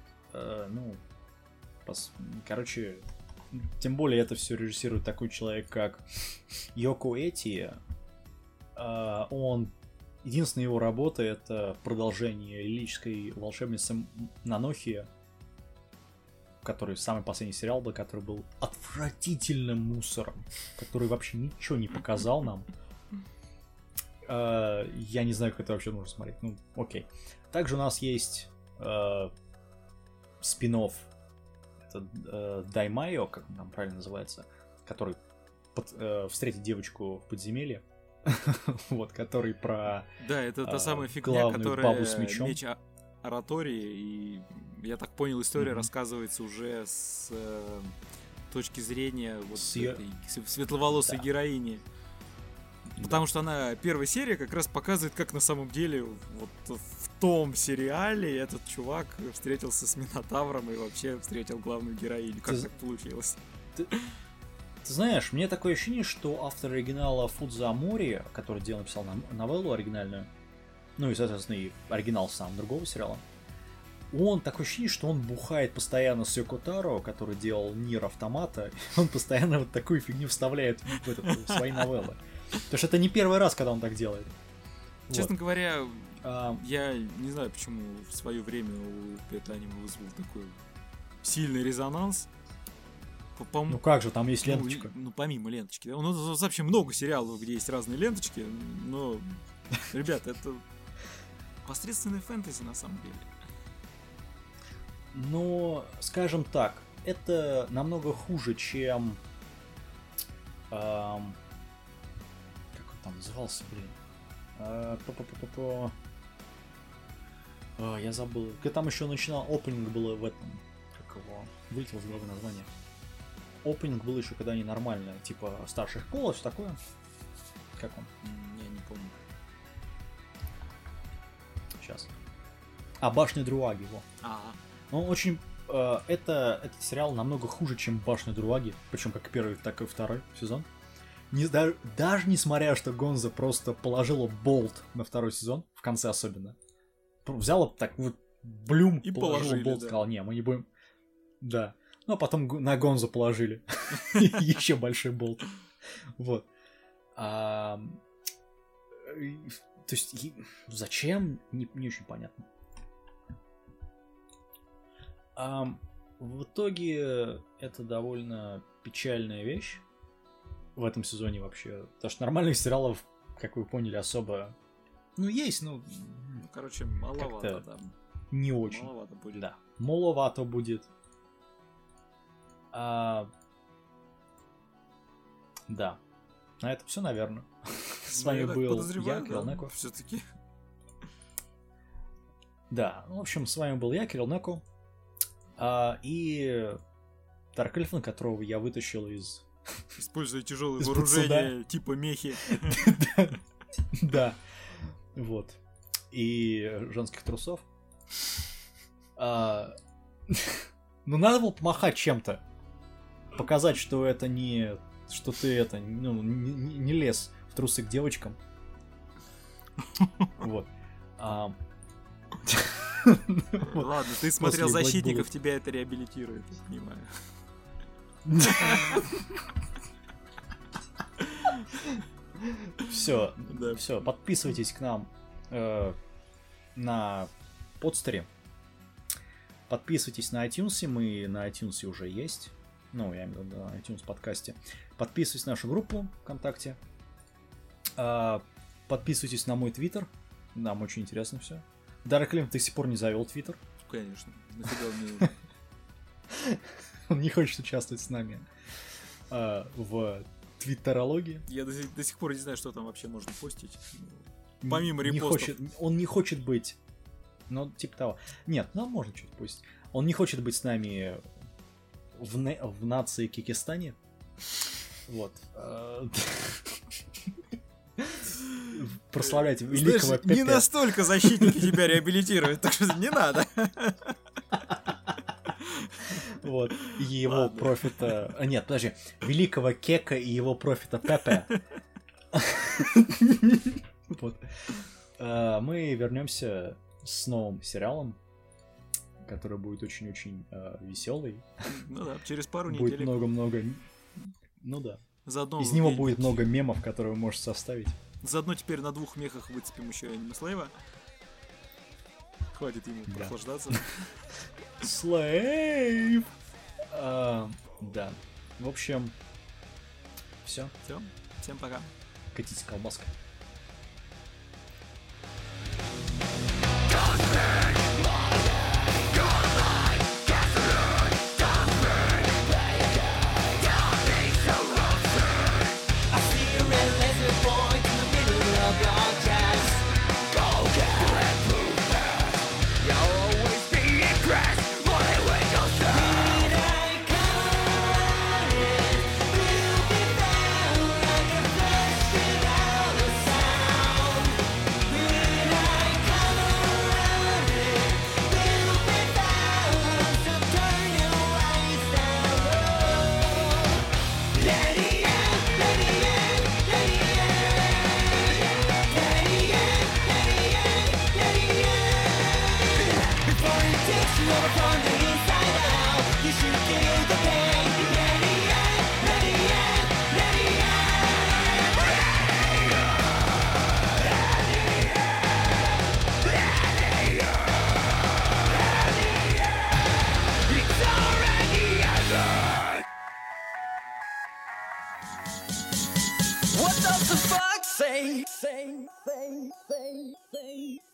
Короче... Тем более это все режиссирует такой человек, как Йоко Эти. Единственная его работа — это продолжение лирической волшебницы Нанохи, который самый последний сериал был, который был отвратительным мусором, который вообще ничего не показал нам. Я не знаю, как это вообще нужно смотреть. Ну, окей. Также у нас есть спин-офф. Даймайо, как он там правильно называется, который встретит девочку в подземелье, вот, который про да, это та самая фигня, которая бабу с мечом. Меч оратории, и я так понял, история рассказывается уже с точки зрения вот этой светловолосой героини. Потому что она, первая серия как раз показывает, как на самом деле вот в том сериале этот чувак встретился с Минотавром и вообще встретил главную героиню. Как так получилось? Ты знаешь, мне такое ощущение, что автор оригинала Фудзамори, который написал новеллу оригинальную, ну и, соответственно, и оригинал сам другого сериала, он такое ощущение, что он бухает постоянно с Йоко Таро, который делал Нир Автомата, и он постоянно вот такую фигню вставляет в свои новеллы. Потому что это не первый раз, когда он так делает. Честно говоря, я не знаю, почему в свое время это аниме вызвало такое сильный резонанс. Ну как же, там есть ленточка. Ну, помимо ленточки. Да? Ну, вообще много сериалов, где есть разные ленточки, но, ребята, это посредственный фэнтези на самом деле. Но, скажем так, это намного хуже, чем... как он там назывался, блин? Я забыл. Там еще начинал, опенинг было в этом. Как его? Вылетело с головы название. Опенинг был еще когда они нормальные, типа старшая школа, все такое. Как он? Я не помню. Сейчас. Башня Друаги, его. Он очень... этот сериал намного хуже, чем Башня Друаги, причем как первый, так и второй сезон. Даже несмотря, что Гонза просто положила болт на второй сезон, в конце особенно. Взяла так вот блюм и положила болт, да. сказала, не, мы не будем... Да. Ну, а потом на Гонзу положили. Еще большой болт. Вот. То есть, зачем? Не очень понятно. В итоге, это довольно печальная вещь в этом сезоне вообще. Потому что нормальных сериалов, как вы поняли, особо... Ну, есть, но... Ну, короче, маловато, да. Не очень. Маловато будет. Да. Маловато будет. Да. На этом все, наверное. С вами был я, Кирилл Неко. Все-таки. Да, в общем, с вами был я, Кирилл Неко. И Дарк Эльфен, которого я вытащил из... Используя тяжелое вооружение, типа мехи. Да. Вот. И женских трусов. Ну, надо было помахать чем-то. Показать, что это не... Что ты это... Ну, не лез в трусы к девочкам. Вот. Ладно, ты смотрел «Защитников», тебя это реабилитирует, я понимаю. Все, все, подписывайтесь к нам на подстере. Подписывайтесь на iTunes, мы на iTunes уже есть. Ну, я имею в виду на iTunes подкасте. Подписывайтесь на нашу группу ВКонтакте. Подписывайтесь на мой твиттер. Нам очень интересно все. Дарк Эльфен до сих пор не завел твиттер. Конечно. Нафига мне... Он не хочет участвовать с нами в твиттерологии. Я до сих пор не знаю, что там вообще можно постить. Помимо репостов. Он не хочет быть... Ну, типа того. Нет, нам можно что-то постить. Он не хочет быть с нами в нации Кикистане. Вот. Прославлять великого Пепе. Не настолько защитники тебя реабилитируют, так что не надо. Вот. И его профита... Нет, подожди. Великого Кека и его профита Пепе. Вот. Мы вернемся с новым сериалом, который будет очень-очень веселый. Ну да, через пару недель. Будет много-много... Ну да. Заодно из него будет много мемов, которые вы можете составить. Заодно теперь на 2 мехах выцепим еще Аниме Слейва. Хватит ему прохлаждаться. Слейв! Да. В общем, все. Всем пока. Катите колбаской. say, say.